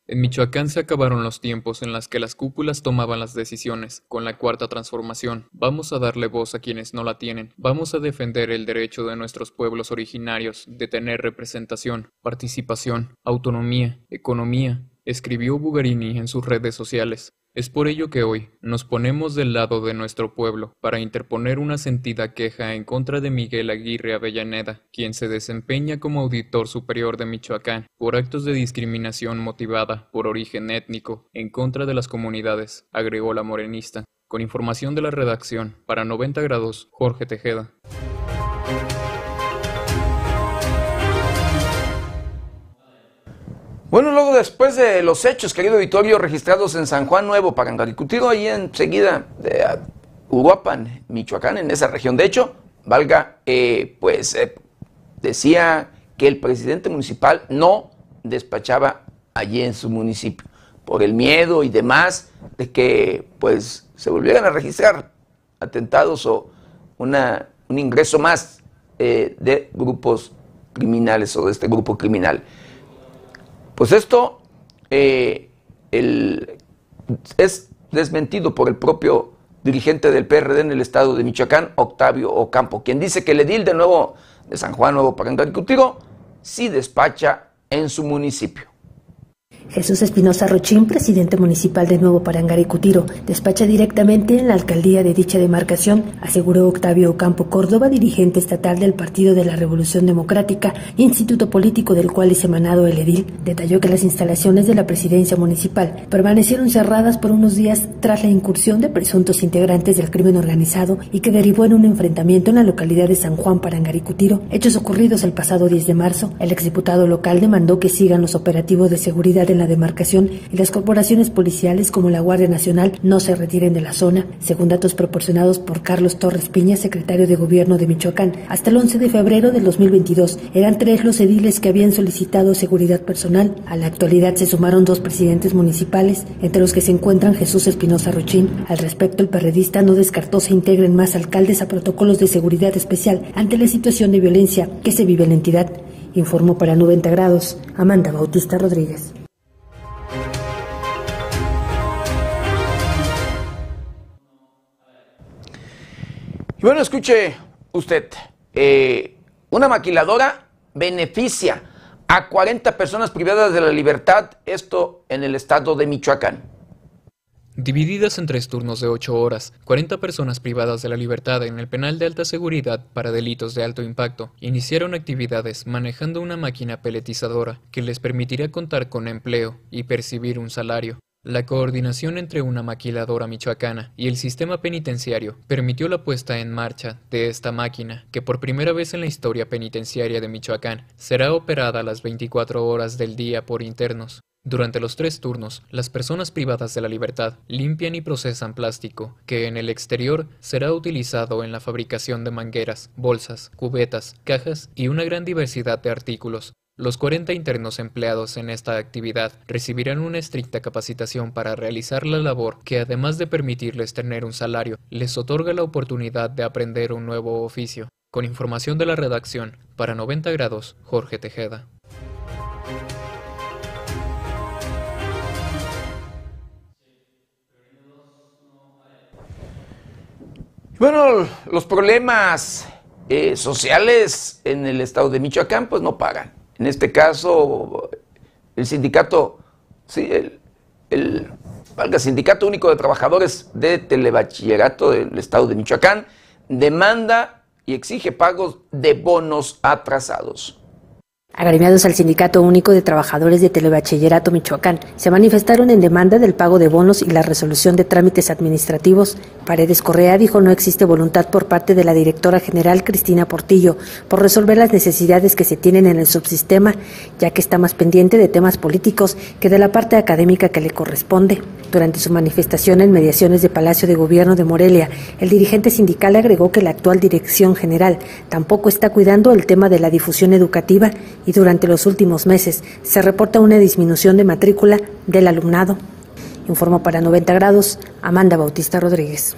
En Michoacán se acabaron los tiempos en los que las cúpulas tomaban las decisiones. Con la Cuarta Transformación, vamos a darle voz a quienes no la tienen. Vamos a defender el derecho de nuestros pueblos originarios de tener representación, participación, autonomía, economía, escribió Bugarini en sus redes sociales. Es por ello que hoy nos ponemos del lado de nuestro pueblo para interponer una sentida queja en contra de Miguel Aguirre Avellaneda, quien se desempeña como auditor superior de Michoacán por actos de discriminación motivada por origen étnico en contra de las comunidades, agregó la morenista. Con información de la redacción, para 90 grados, Jorge Tejeda. Bueno, luego después de los hechos, querido auditorio, registrados en San Juan Nuevo Parangaricutiro, ahí enseguida de Uruapan, Michoacán, en esa región. De hecho, decía que el presidente municipal no despachaba allí en su municipio, por el miedo y demás de que pues se volvieran a registrar atentados o un ingreso más de grupos criminales o de este grupo criminal. Pues esto es desmentido por el propio dirigente del PRD en el estado de Michoacán, Octavio Ocampo, quien dice que el edil de San Juan Nuevo Parangaricutiro sí despacha en su municipio. Jesús Espinosa Rochín, presidente municipal de Nuevo Parangaricutiro, despacha directamente en la alcaldía de dicha demarcación, aseguró Octavio Ocampo Córdoba, dirigente estatal del Partido de la Revolución Democrática, instituto político del cual es emanado el edil. Detalló que las instalaciones de la presidencia municipal permanecieron cerradas por unos días tras la incursión de presuntos integrantes del crimen organizado y que derivó en un enfrentamiento en la localidad de San Juan Parangaricutiro, hechos ocurridos el pasado 10 de marzo. El exdiputado local demandó que sigan los operativos de seguridad en la demarcación y las corporaciones policiales como la Guardia Nacional no se retiren de la zona. Según datos proporcionados por Carlos Torres Piña, secretario de Gobierno de Michoacán, hasta el 11 de febrero del 2022 eran 3 los ediles que habían solicitado seguridad personal. A la actualidad se sumaron 2 presidentes municipales, entre los que se encuentran Jesús Espinosa Rochín. Al respecto, el perredista no descartó se integren más alcaldes a protocolos de seguridad especial ante la situación de violencia que se vive en la entidad. Informó para 90 grados Amanda Bautista Rodríguez. Y bueno, escuche usted, una maquiladora beneficia a 40 personas privadas de la libertad, esto en el estado de Michoacán. Divididas en 3 turnos de 8 horas, 40 personas privadas de la libertad en el penal de alta seguridad para delitos de alto impacto iniciaron actividades manejando una máquina peletizadora que les permitirá contar con empleo y percibir un salario. La coordinación entre una maquiladora michoacana y el sistema penitenciario permitió la puesta en marcha de esta máquina, que por primera vez en la historia penitenciaria de Michoacán será operada a las 24 horas del día por internos. Durante los 3 turnos, las personas privadas de la libertad limpian y procesan plástico, que en el exterior será utilizado en la fabricación de mangueras, bolsas, cubetas, cajas y una gran diversidad de artículos. Los 40 internos empleados en esta actividad recibirán una estricta capacitación para realizar la labor que, además de permitirles tener un salario, les otorga la oportunidad de aprender un nuevo oficio. Con información de la redacción, para 90 grados, Jorge Tejeda. Bueno, los problemas sociales en el estado de Michoacán pues no pagan. En este caso, el sindicato, sí, el Sindicato Único de Trabajadores de Telebachillerato del estado de Michoacán demanda y exige pagos de bonos atrasados. Agremiados al Sindicato Único de Trabajadores de Telebachillerato Michoacán, se manifestaron en demanda del pago de bonos y la resolución de trámites administrativos. Paredes Correa dijo no existe voluntad por parte de la directora general Cristina Portillo por resolver las necesidades que se tienen en el subsistema, ya que está más pendiente de temas políticos que de la parte académica que le corresponde. Durante su manifestación en mediaciones de Palacio de Gobierno de Morelia, el dirigente sindical agregó que la actual dirección general tampoco está cuidando el tema de la difusión educativa y durante los últimos meses se reporta una disminución de matrícula del alumnado. Informó para 90 grados Amanda Bautista Rodríguez.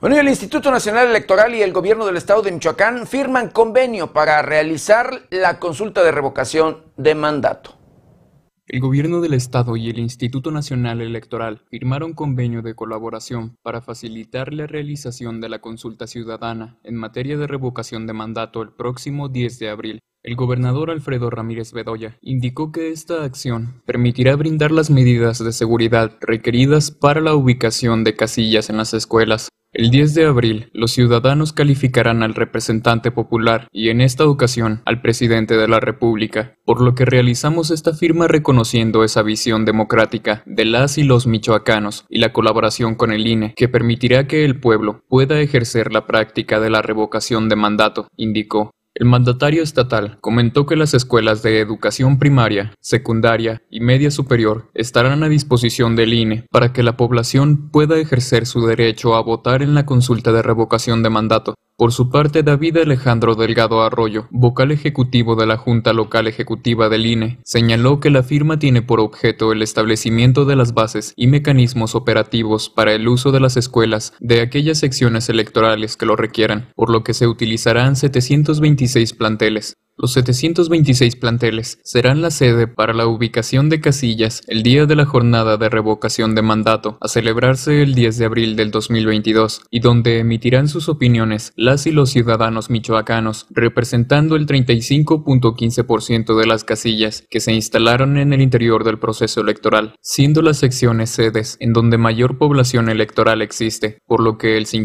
Bueno, y el Instituto Nacional Electoral y el Gobierno del Estado de Michoacán firman convenio para realizar la consulta de revocación de mandato. El Gobierno del Estado y el Instituto Nacional Electoral firmaron convenio de colaboración para facilitar la realización de la consulta ciudadana en materia de revocación de mandato el próximo 10 de abril. El gobernador Alfredo Ramírez Bedoya indicó que esta acción permitirá brindar las medidas de seguridad requeridas para la ubicación de casillas en las escuelas. El 10 de abril, los ciudadanos calificarán al representante popular y en esta ocasión al presidente de la República, por lo que realizamos esta firma reconociendo esa visión democrática de las y los michoacanos y la colaboración con el INE que permitirá que el pueblo pueda ejercer la práctica de la revocación de mandato, indicó. El mandatario estatal comentó que las escuelas de educación primaria, secundaria y media superior estarán a disposición del INE para que la población pueda ejercer su derecho a votar en la consulta de revocación de mandato. Por su parte, David Alejandro Delgado Arroyo, vocal ejecutivo de la Junta Local Ejecutiva del INE, señaló que la firma tiene por objeto el establecimiento de las bases y mecanismos operativos para el uso de las escuelas de aquellas secciones electorales que lo requieran, por lo que se utilizarán 726 planteles. Los 726 planteles serán la sede para la ubicación de casillas el día de la jornada de revocación de mandato, a celebrarse el 10 de abril del 2022, y donde emitirán sus opiniones las y los ciudadanos michoacanos, representando el 35.15% de las casillas que se instalaron en el interior del proceso electoral, siendo las secciones sedes en donde mayor población electoral existe, por lo que el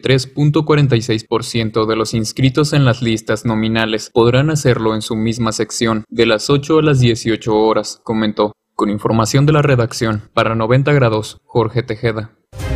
53.46% de los inscritos en las listas nominales podrán hacerlo en su misma sección, de las 8 a las 18 horas, comentó. Con información de la redacción, para 90 grados, Jorge Tejeda.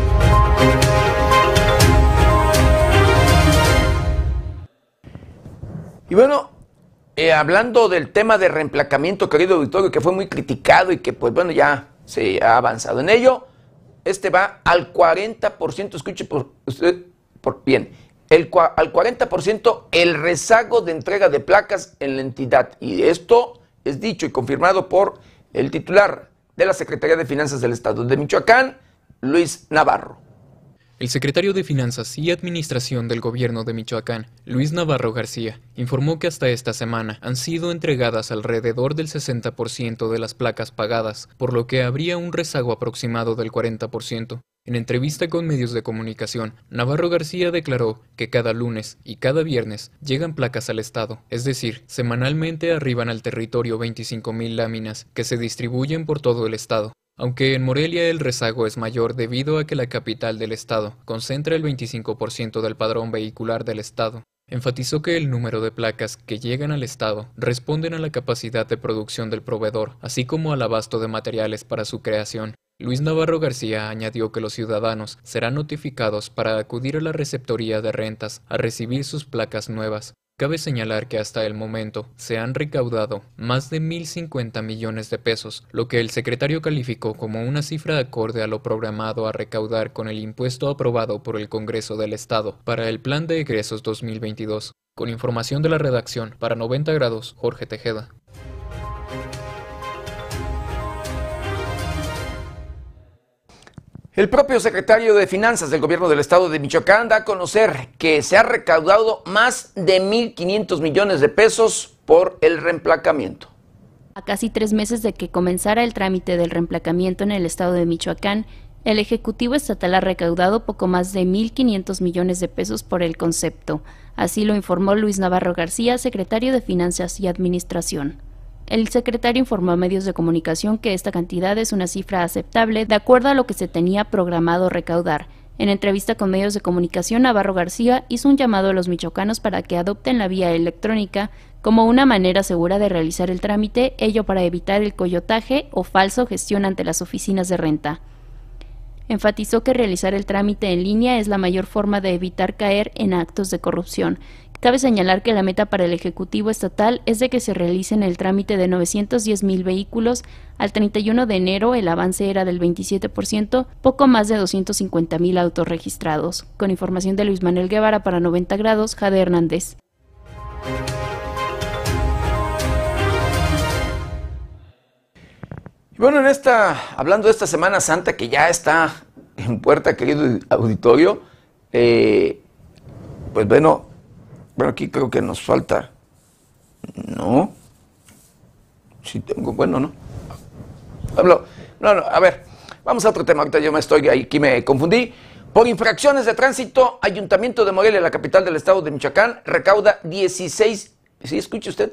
Y bueno, hablando del tema de reemplacamiento, querido auditorio, que fue muy criticado y que pues bueno, ya se ha avanzado en ello, este va al 40%, escuche por usted, por bien, al 40% el rezago de entrega de placas en la entidad. Y esto es dicho y confirmado por el titular de la Secretaría de Finanzas del Estado de Michoacán, Luis Navarro. El secretario de Finanzas y Administración del Gobierno de Michoacán, Luis Navarro García, informó que hasta esta semana han sido entregadas alrededor del 60% de las placas pagadas, por lo que habría un rezago aproximado del 40%. En entrevista con medios de comunicación, Navarro García declaró que cada lunes y cada viernes llegan placas al estado, es decir, semanalmente arriban al territorio 25,000 láminas que se distribuyen por todo el estado. Aunque en Morelia el rezago es mayor debido a que la capital del estado concentra el 25% del padrón vehicular del estado. Enfatizó que el número de placas que llegan al estado responden a la capacidad de producción del proveedor, así como al abasto de materiales para su creación. Luis Navarro García añadió que los ciudadanos serán notificados para acudir a la receptoría de rentas a recibir sus placas nuevas. Cabe señalar que hasta el momento se han recaudado más de 1.050 millones de pesos, lo que el secretario calificó como una cifra acorde a lo programado a recaudar con el impuesto aprobado por el Congreso del Estado para el Plan de Egresos 2022. Con información de la redacción, para 90 grados, Jorge Tejeda. El propio secretario de Finanzas del Gobierno del Estado de Michoacán da a conocer que se ha recaudado más de 1.500 millones de pesos por el reemplacamiento. A casi 3 meses de que comenzara el trámite del reemplacamiento en el Estado de Michoacán, el Ejecutivo Estatal ha recaudado poco más de 1.500 millones de pesos por el concepto. Así lo informó Luis Navarro García, secretario de Finanzas y Administración. El secretario informó a medios de comunicación que esta cantidad es una cifra aceptable de acuerdo a lo que se tenía programado recaudar. En entrevista con medios de comunicación, Navarro García hizo un llamado a los michoacanos para que adopten la vía electrónica como una manera segura de realizar el trámite, ello para evitar el coyotaje o falso gestión ante las oficinas de renta. Enfatizó que realizar el trámite en línea es la mayor forma de evitar caer en actos de corrupción. Cabe señalar que la meta para el Ejecutivo Estatal es de que se realicen el trámite de 910,000 vehículos. Al 31 de enero el avance era del 27%, poco más de 250,000 autos registrados. Con información de Luis Manuel Guevara para 90 grados, Jade Hernández. Bueno, hablando de esta Semana Santa que ya está en puerta, querido auditorio, Pues bueno, aquí creo que nos falta. No. Sí tengo, bueno, no. No, a ver, vamos a otro tema. Ahorita yo aquí me confundí. Por infracciones de tránsito, Ayuntamiento de Morelia, la capital del estado de Michoacán, recauda 16, ¿sí escucha usted?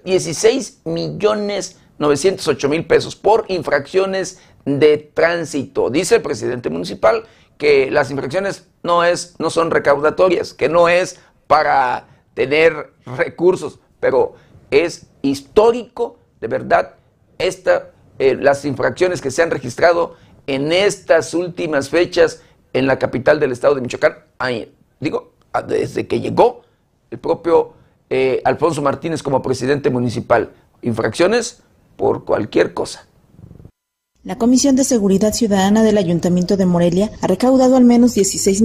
16,908,000 pesos por infracciones de tránsito. Dice el presidente municipal que las infracciones no son recaudatorias, que no es para tener recursos, pero es histórico, de verdad, las infracciones que se han registrado en estas últimas fechas en la capital del estado de Michoacán, desde que llegó el propio Alfonso Martínez como presidente municipal. Infracciones por cualquier cosa. La Comisión de Seguridad Ciudadana del Ayuntamiento de Morelia ha recaudado al menos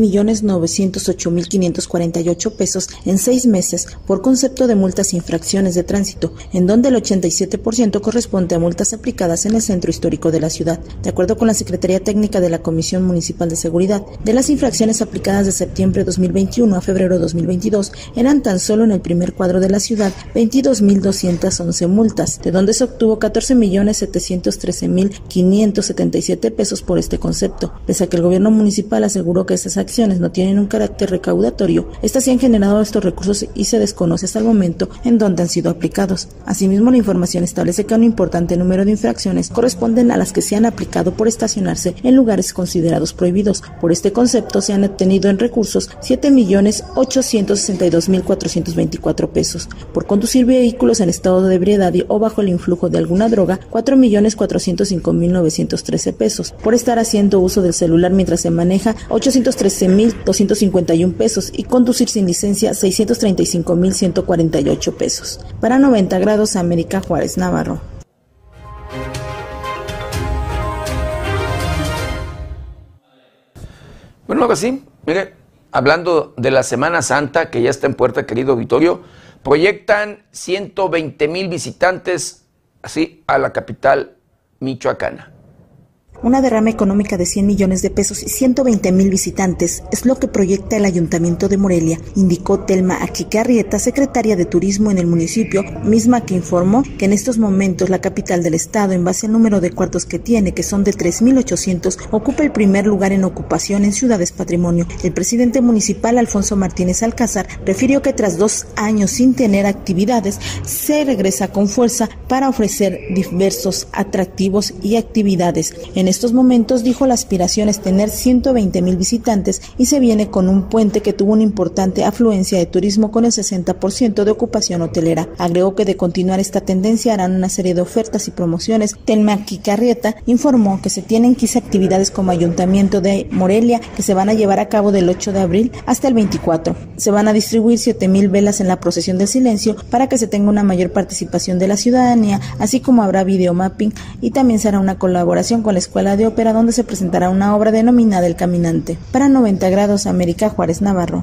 16,908,548 pesos en 6 meses por concepto de multas e infracciones de tránsito, en donde el 87% corresponde a multas aplicadas en el centro histórico de la ciudad. De acuerdo con la Secretaría Técnica de la Comisión Municipal de Seguridad, de las infracciones aplicadas de septiembre 2021 a febrero 2022, eran tan solo en el primer cuadro de la ciudad 22,211 multas, de donde se obtuvo 14,713,577 pesos por este concepto. Pese a que el gobierno municipal aseguró que estas acciones no tienen un carácter recaudatorio, estas sí han generado estos recursos y se desconoce hasta el momento en dónde han sido aplicados. Asimismo, la información establece que un importante número de infracciones corresponden a las que se han aplicado por estacionarse en lugares considerados prohibidos. Por este concepto se han obtenido en recursos 7,862,424 pesos. Por conducir vehículos en estado de ebriedad o bajo el influjo de alguna droga, 4,405,913 pesos. Por estar haciendo uso del celular mientras se maneja, 813,251 pesos, y conducir sin licencia, 635,148 pesos. Para 90 grados, América Juárez Navarro. Bueno, ahora sí, mire, hablando de la Semana Santa que ya está en puerta, querido auditorio, proyectan 120,000 visitantes así a la capital michoacana. Una derrama económica de 100 millones de pesos y 120,000 visitantes es lo que proyecta el Ayuntamiento de Morelia, indicó Telma Aquique Arrieta, secretaria de Turismo en el municipio, misma que informó que en estos momentos la capital del estado, en base al número de cuartos que tiene, que son de 3,800, ocupa el primer lugar en ocupación en ciudades patrimonio. El presidente municipal, Alfonso Martínez Alcázar, refirió que tras 2 años sin tener actividades, se regresa con fuerza para ofrecer diversos atractivos y actividades. En estos momentos, dijo, la aspiración es tener 120,000 visitantes y se viene con un puente que tuvo una importante afluencia de turismo con el 60% de ocupación hotelera. Agregó que de continuar esta tendencia harán una serie de ofertas y promociones. Telma Aquique Arrieta informó que se tienen 15 actividades como Ayuntamiento de Morelia que se van a llevar a cabo del 8 de abril hasta el 24. Se van a distribuir 7,000 velas en la procesión del silencio para que se tenga una mayor participación de la ciudadanía, así como habrá videomapping y también se hará una colaboración con la Escuela de Ópera, donde se presentará una obra denominada El Caminante. Para 90 grados, América Juárez Navarro.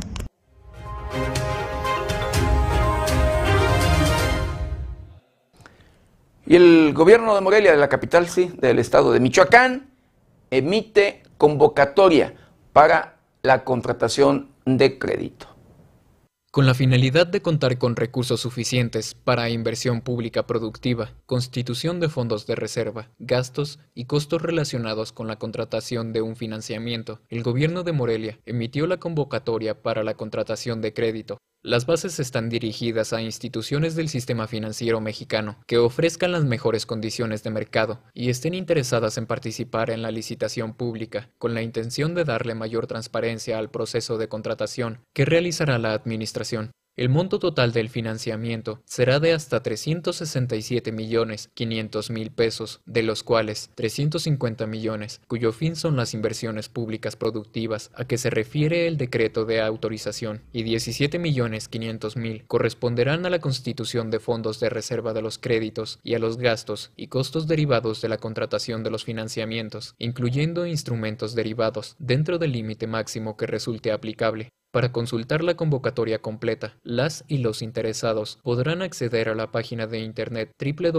Y el gobierno de Morelia, de la capital, sí, del estado de Michoacán, emite convocatoria para la contratación de crédito. Con la finalidad de contar con recursos suficientes para inversión pública productiva, constitución de fondos de reserva, gastos y costos relacionados con la contratación de un financiamiento, el gobierno de Morelia emitió la convocatoria para la contratación de crédito. Las bases están dirigidas a instituciones del sistema financiero mexicano que ofrezcan las mejores condiciones de mercado y estén interesadas en participar en la licitación pública, con la intención de darle mayor transparencia al proceso de contratación que realizará la administración. El monto total del financiamiento será de hasta 367,500,000 pesos, de los cuales 350 millones, cuyo fin son las inversiones públicas productivas a que se refiere el decreto de autorización, y 17,500,000 corresponderán a la constitución de fondos de reserva de los créditos y a los gastos y costos derivados de la contratación de los financiamientos, incluyendo instrumentos derivados, dentro del límite máximo que resulte aplicable. Para consultar la convocatoria completa, las y los interesados podrán acceder a la página de internet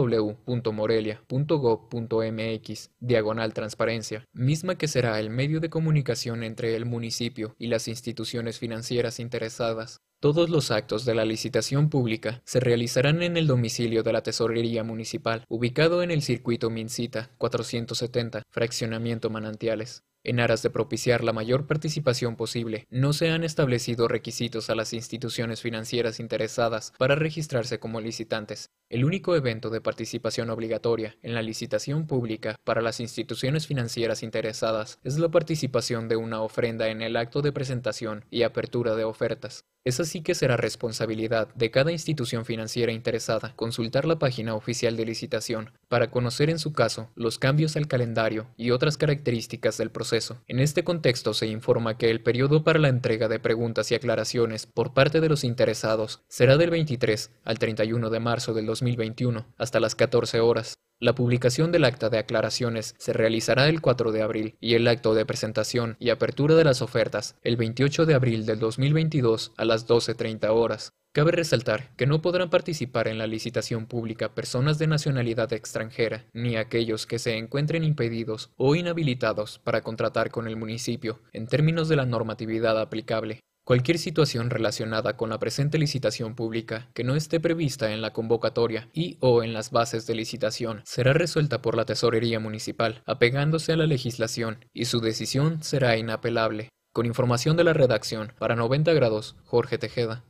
www.morelia.gov.mx/transparencia, misma que será el medio de comunicación entre el municipio y las instituciones financieras interesadas. Todos los actos de la licitación pública se realizarán en el domicilio de la Tesorería Municipal, ubicado en el circuito Mincita 470, Fraccionamiento Manantiales. En aras de propiciar la mayor participación posible, no se han establecido requisitos a las instituciones financieras interesadas para registrarse como licitantes. El único evento de participación obligatoria en la licitación pública para las instituciones financieras interesadas es la participación de una ofrenda en el acto de presentación y apertura de ofertas. Es así que será responsabilidad de cada institución financiera interesada consultar la página oficial de licitación para conocer en su caso los cambios al calendario y otras características del proceso. En este contexto se informa que el periodo para la entrega de preguntas y aclaraciones por parte de los interesados será del 23 al 31 de marzo del 2021 hasta las 14 horas. La publicación del acta de aclaraciones se realizará el 4 de abril y el acto de presentación y apertura de las ofertas el 28 de abril del 2022 a las 12:30 horas. Cabe resaltar que no podrán participar en la licitación pública personas de nacionalidad extranjera, ni aquellos que se encuentren impedidos o inhabilitados para contratar con el municipio en términos de la normatividad aplicable. Cualquier situación relacionada con la presente licitación pública que no esté prevista en la convocatoria y o en las bases de licitación será resuelta por la Tesorería Municipal, apegándose a la legislación, y su decisión será inapelable. Con información de la redacción, para 90 grados, Jorge Tejeda.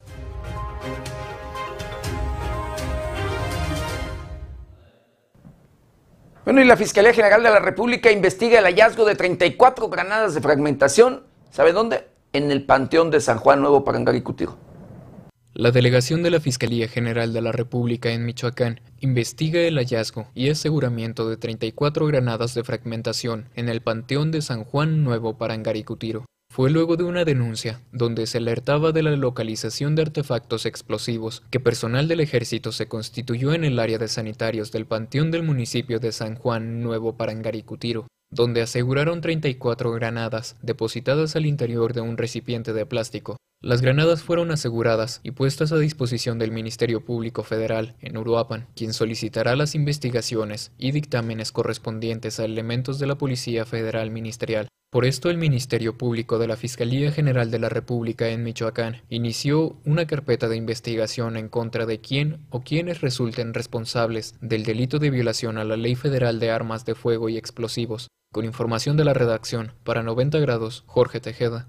Bueno, y la Fiscalía General de la República investiga el hallazgo de 34 granadas de fragmentación. ¿Sabe dónde? En el Panteón de San Juan Nuevo Parangaricutiro. La delegación de la Fiscalía General de la República en Michoacán investiga el hallazgo y aseguramiento de 34 granadas de fragmentación en el Panteón de San Juan Nuevo Parangaricutiro. Fue luego de una denuncia donde se alertaba de la localización de artefactos explosivos que personal del ejército se constituyó en el área de sanitarios del Panteón del municipio de San Juan Nuevo Parangaricutiro, donde aseguraron 34 granadas depositadas al interior de un recipiente de plástico. Las granadas fueron aseguradas y puestas a disposición del Ministerio Público Federal en Uruapan, quien solicitará las investigaciones y dictámenes correspondientes a elementos de la Policía Federal Ministerial. Por esto, el Ministerio Público de la Fiscalía General de la República en Michoacán inició una carpeta de investigación en contra de quien o quienes resulten responsables del delito de violación a la Ley Federal de Armas de Fuego y Explosivos. Con información de la redacción, para 90 grados, Jorge Tejeda.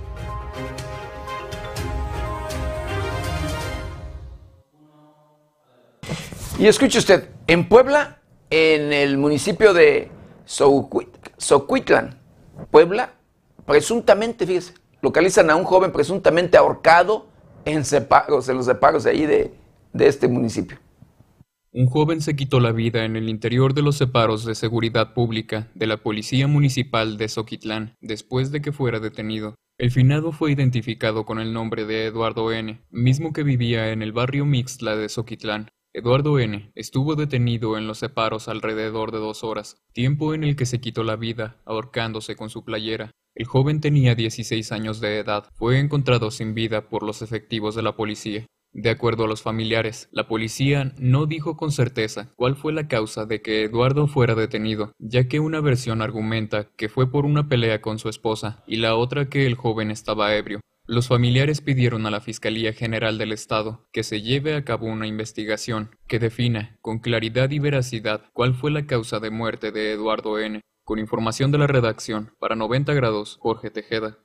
Y escuche usted, en Puebla, en el municipio de Xochitlán, Puebla, presuntamente, fíjese, localizan a un joven presuntamente ahorcado en los separos de ahí de este municipio. Un joven se quitó la vida en el interior de los separos de seguridad pública de la Policía Municipal de Xochitlán después de que fuera detenido. El finado fue identificado con el nombre de Eduardo N., mismo que vivía en el barrio Mixtla de Xochitlán. Eduardo N. estuvo detenido en los separos alrededor de 2 horas, tiempo en el que se quitó la vida ahorcándose con su playera. El joven tenía 16 años de edad. Fue encontrado sin vida por los efectivos de la policía. De acuerdo a los familiares, la policía no dijo con certeza cuál fue la causa de que Eduardo fuera detenido, ya que una versión argumenta que fue por una pelea con su esposa y la otra que el joven estaba ebrio. Los familiares pidieron a la Fiscalía General del Estado que se lleve a cabo una investigación que defina con claridad y veracidad cuál fue la causa de muerte de Eduardo N. Con información de la redacción, para 90 grados, Jorge Tejeda.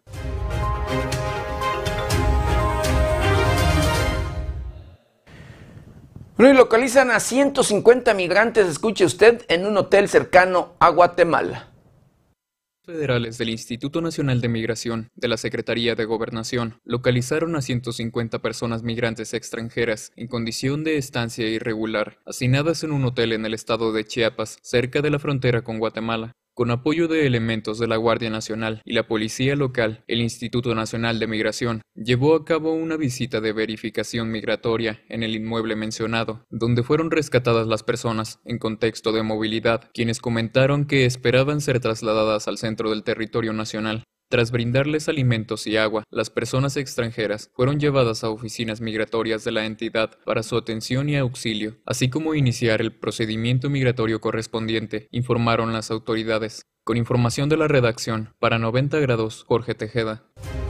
Bueno, y localizan a 150 migrantes, escuche usted, en un hotel cercano a Guatemala. Federales del Instituto Nacional de Migración de la Secretaría de Gobernación localizaron a 150 personas migrantes extranjeras en condición de estancia irregular, hacinadas en un hotel en el estado de Chiapas, cerca de la frontera con Guatemala. Con apoyo de elementos de la Guardia Nacional y la Policía Local, el Instituto Nacional de Migración llevó a cabo una visita de verificación migratoria en el inmueble mencionado, donde fueron rescatadas las personas en contexto de movilidad, quienes comentaron que esperaban ser trasladadas al centro del territorio nacional. Tras brindarles alimentos y agua, las personas extranjeras fueron llevadas a oficinas migratorias de la entidad para su atención y auxilio, así como iniciar el procedimiento migratorio correspondiente, informaron las autoridades. Con información de la redacción, para 90 grados, Jorge Tejeda.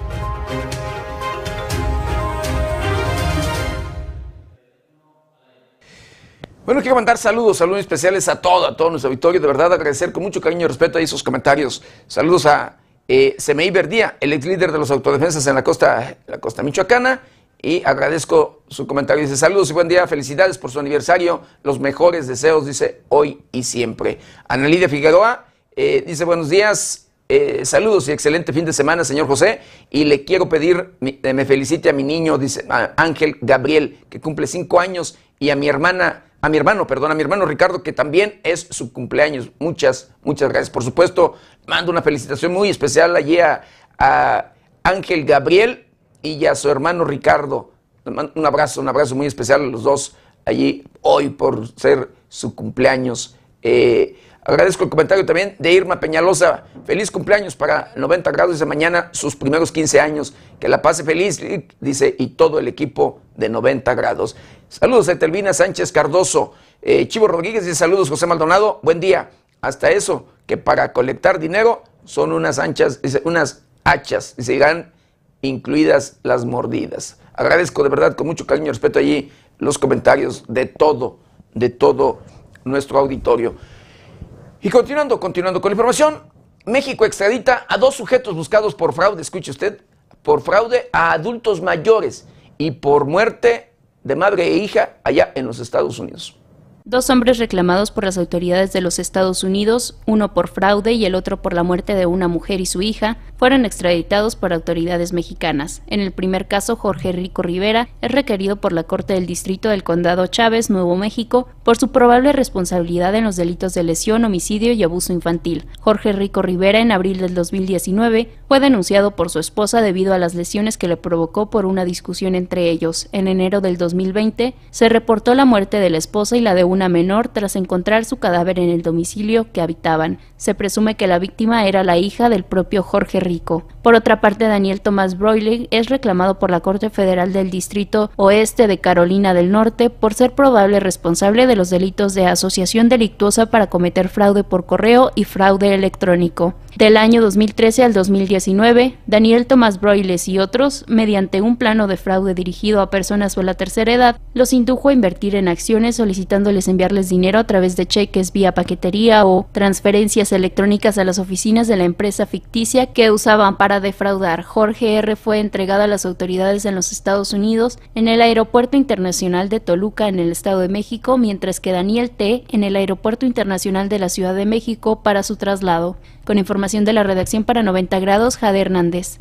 Bueno, quiero mandar saludos especiales a todo nuestro auditorio. De verdad, agradecer con mucho cariño y respeto ahí sus comentarios. Saludos a Semei Verdía, el ex líder de los autodefensas en la costa michoacana. Y agradezco su comentario. Dice, saludos y buen día, felicidades por su aniversario. Los mejores deseos, dice, hoy y siempre. Ana Lidia Figueroa dice, buenos días, saludos y excelente fin de semana, señor José. Y le quiero pedir, me felicite a mi niño, dice Ángel Gabriel, que cumple 5 años, y a mi hermano Ricardo, que también es su cumpleaños. Muchas gracias. Por supuesto, mando una felicitación muy especial allí a Ángel Gabriel y a su hermano Ricardo. Un abrazo muy especial a los dos allí hoy por ser su cumpleaños. Agradezco el comentario también de Irma Peñalosa. Feliz cumpleaños para 90 grados, dice, mañana sus primeros 15 años. Que la pase feliz, dice, y todo el equipo de 90 grados. Saludos a Etelvina Sánchez Cardoso. Chivo Rodríguez dice, saludos José Maldonado, buen día. Hasta eso, que para colectar dinero son unas hachas, dice, irán incluidas las mordidas. Agradezco de verdad con mucho cariño y respeto allí los comentarios de todo nuestro auditorio. Y continuando con la información, México extradita a 2 sujetos buscados por fraude, escuche usted, por fraude a adultos mayores y por muerte de madre e hija allá en los Estados Unidos. 2 hombres reclamados por las autoridades de los Estados Unidos, uno por fraude y el otro por la muerte de una mujer y su hija, fueron extraditados por autoridades mexicanas. En el primer caso, Jorge Rico Rivera es requerido por la Corte del Distrito del Condado Chávez, Nuevo México, por su probable responsabilidad en los delitos de lesión, homicidio y abuso infantil. Jorge Rico Rivera, en abril del 2019, fue denunciado por su esposa debido a las lesiones que le provocó por una discusión entre ellos. En enero del 2020, se reportó la muerte de la esposa y la de una menor tras encontrar su cadáver en el domicilio que habitaban. Se presume que la víctima era la hija del propio Jorge Rico. Por otra parte, Daniel Tomás Broilig es reclamado por la Corte Federal del Distrito Oeste de Carolina del Norte por ser probable responsable de los delitos de asociación delictuosa para cometer fraude por correo y fraude electrónico. Del año 2013 al 2019, Daniel Tomás Broiles y otros, mediante un plano de fraude dirigido a personas de la tercera edad, los indujo a invertir en acciones solicitándoles enviarles dinero a través de cheques vía paquetería o transferencias electrónicas a las oficinas de la empresa ficticia que usaban para defraudar. Jorge R. fue entregado a las autoridades en los Estados Unidos en el Aeropuerto Internacional de Toluca en el Estado de México, mientras que Daniel T. en el Aeropuerto Internacional de la Ciudad de México para su traslado. Con información de la redacción para 90 grados, Jade Hernández.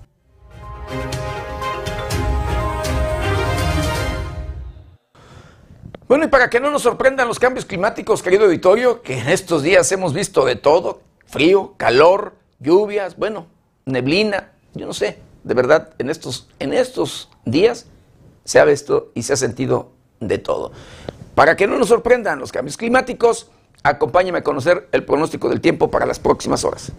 Bueno, y para que no nos sorprendan los cambios climáticos, querido auditorio, que en estos días hemos visto de todo, frío, calor, lluvias, bueno, neblina, yo no sé, de verdad, en estos días se ha visto y se ha sentido de todo. Para que no nos sorprendan los cambios climáticos, acompáñame a conocer el pronóstico del tiempo para las próximas horas.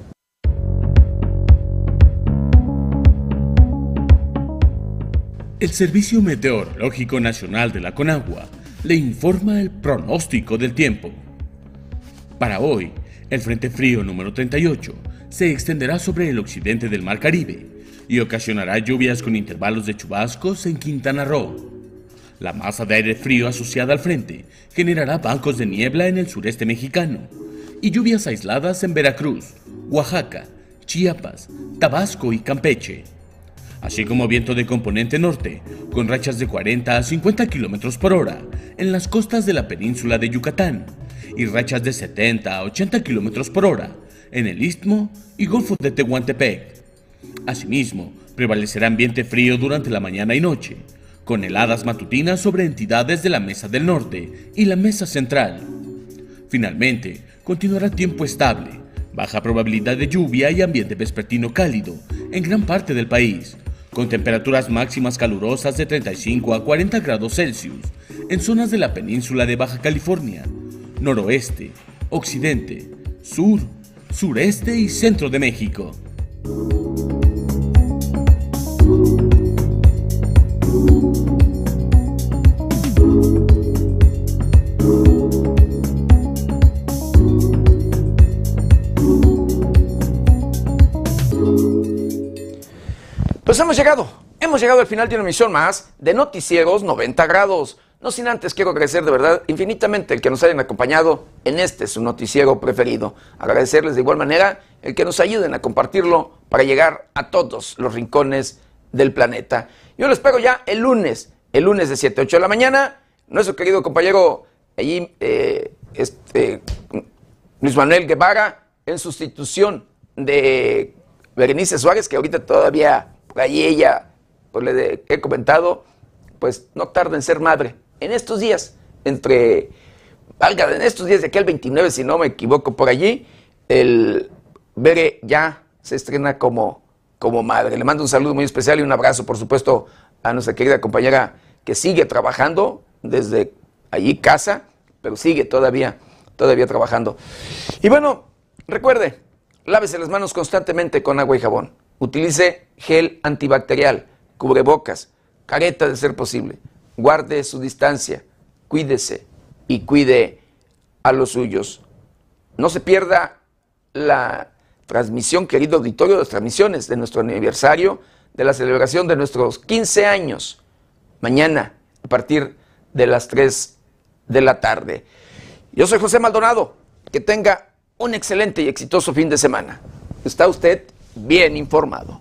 El Servicio Meteorológico Nacional de la Conagua le informa el pronóstico del tiempo. Para hoy, el Frente Frío número 38 se extenderá sobre el occidente del Mar Caribe y ocasionará lluvias con intervalos de chubascos en Quintana Roo. La masa de aire frío asociada al frente generará bancos de niebla en el sureste mexicano y lluvias aisladas en Veracruz, Oaxaca, Chiapas, Tabasco y Campeche, así como viento de componente norte con rachas de 40 a 50 km por hora en las costas de la península de Yucatán y rachas de 70 a 80 km por hora en el Istmo y Golfo de Tehuantepec. Asimismo, prevalecerá ambiente frío durante la mañana y noche, con heladas matutinas sobre entidades de la Mesa del Norte y la Mesa Central. Finalmente, continuará tiempo estable, baja probabilidad de lluvia y ambiente vespertino cálido en gran parte del país, con temperaturas máximas calurosas de 35 a 40 grados Celsius en zonas de la península de Baja California, noroeste, occidente, sur, sureste y centro de México. Pues hemos llegado al final de una emisión más de Noticieros 90 grados. No sin antes quiero agradecer de verdad infinitamente el que nos hayan acompañado en su noticiero preferido. Agradecerles de igual manera el que nos ayuden a compartirlo para llegar a todos los rincones del planeta. Yo lo espero ya el lunes de 7 a 8 de la mañana. Nuestro querido compañero allí, Luis Manuel Guevara, en sustitución de Berenice Suárez, que ahorita todavía por ahí ella, pues le he comentado, pues no tarda en ser madre. En estos días, en estos días de aquí al 29, si no me equivoco por allí, el Bere ya se estrena como madre. Le mando un saludo muy especial y un abrazo, por supuesto, a nuestra querida compañera que sigue trabajando desde allí casa, pero sigue todavía trabajando. Y bueno, recuerde, lávese las manos constantemente con agua y jabón. Utilice gel antibacterial, cubrebocas, careta de ser posible. Guarde su distancia, cuídese y cuide a los suyos. No se pierda la transmisión, querido auditorio, las transmisiones de nuestro aniversario, de la celebración de nuestros 15 años, mañana a partir de las 3 de la tarde. Yo soy José Maldonado, que tenga un excelente y exitoso fin de semana. Está usted bien informado.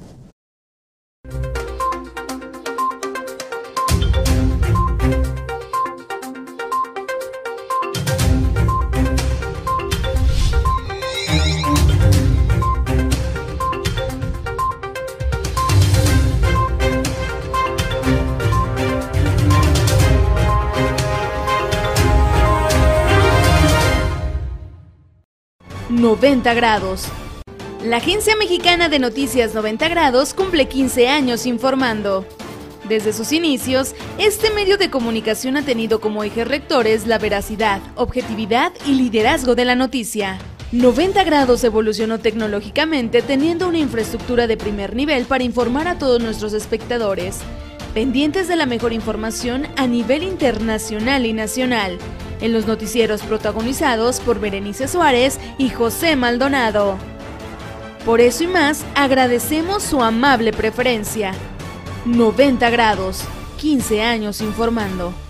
#90 grados. La agencia mexicana de noticias 90 grados cumple 15 años informando. Desde sus inicios, este medio de comunicación ha tenido como ejes rectores la veracidad, objetividad y liderazgo de la noticia. 90 grados evolucionó tecnológicamente teniendo una infraestructura de primer nivel para informar a todos nuestros espectadores, pendientes de la mejor información a nivel internacional y nacional, en los noticieros protagonizados por Berenice Suárez y José Maldonado. Por eso y más, agradecemos su amable preferencia. 90 grados, 15 años informando.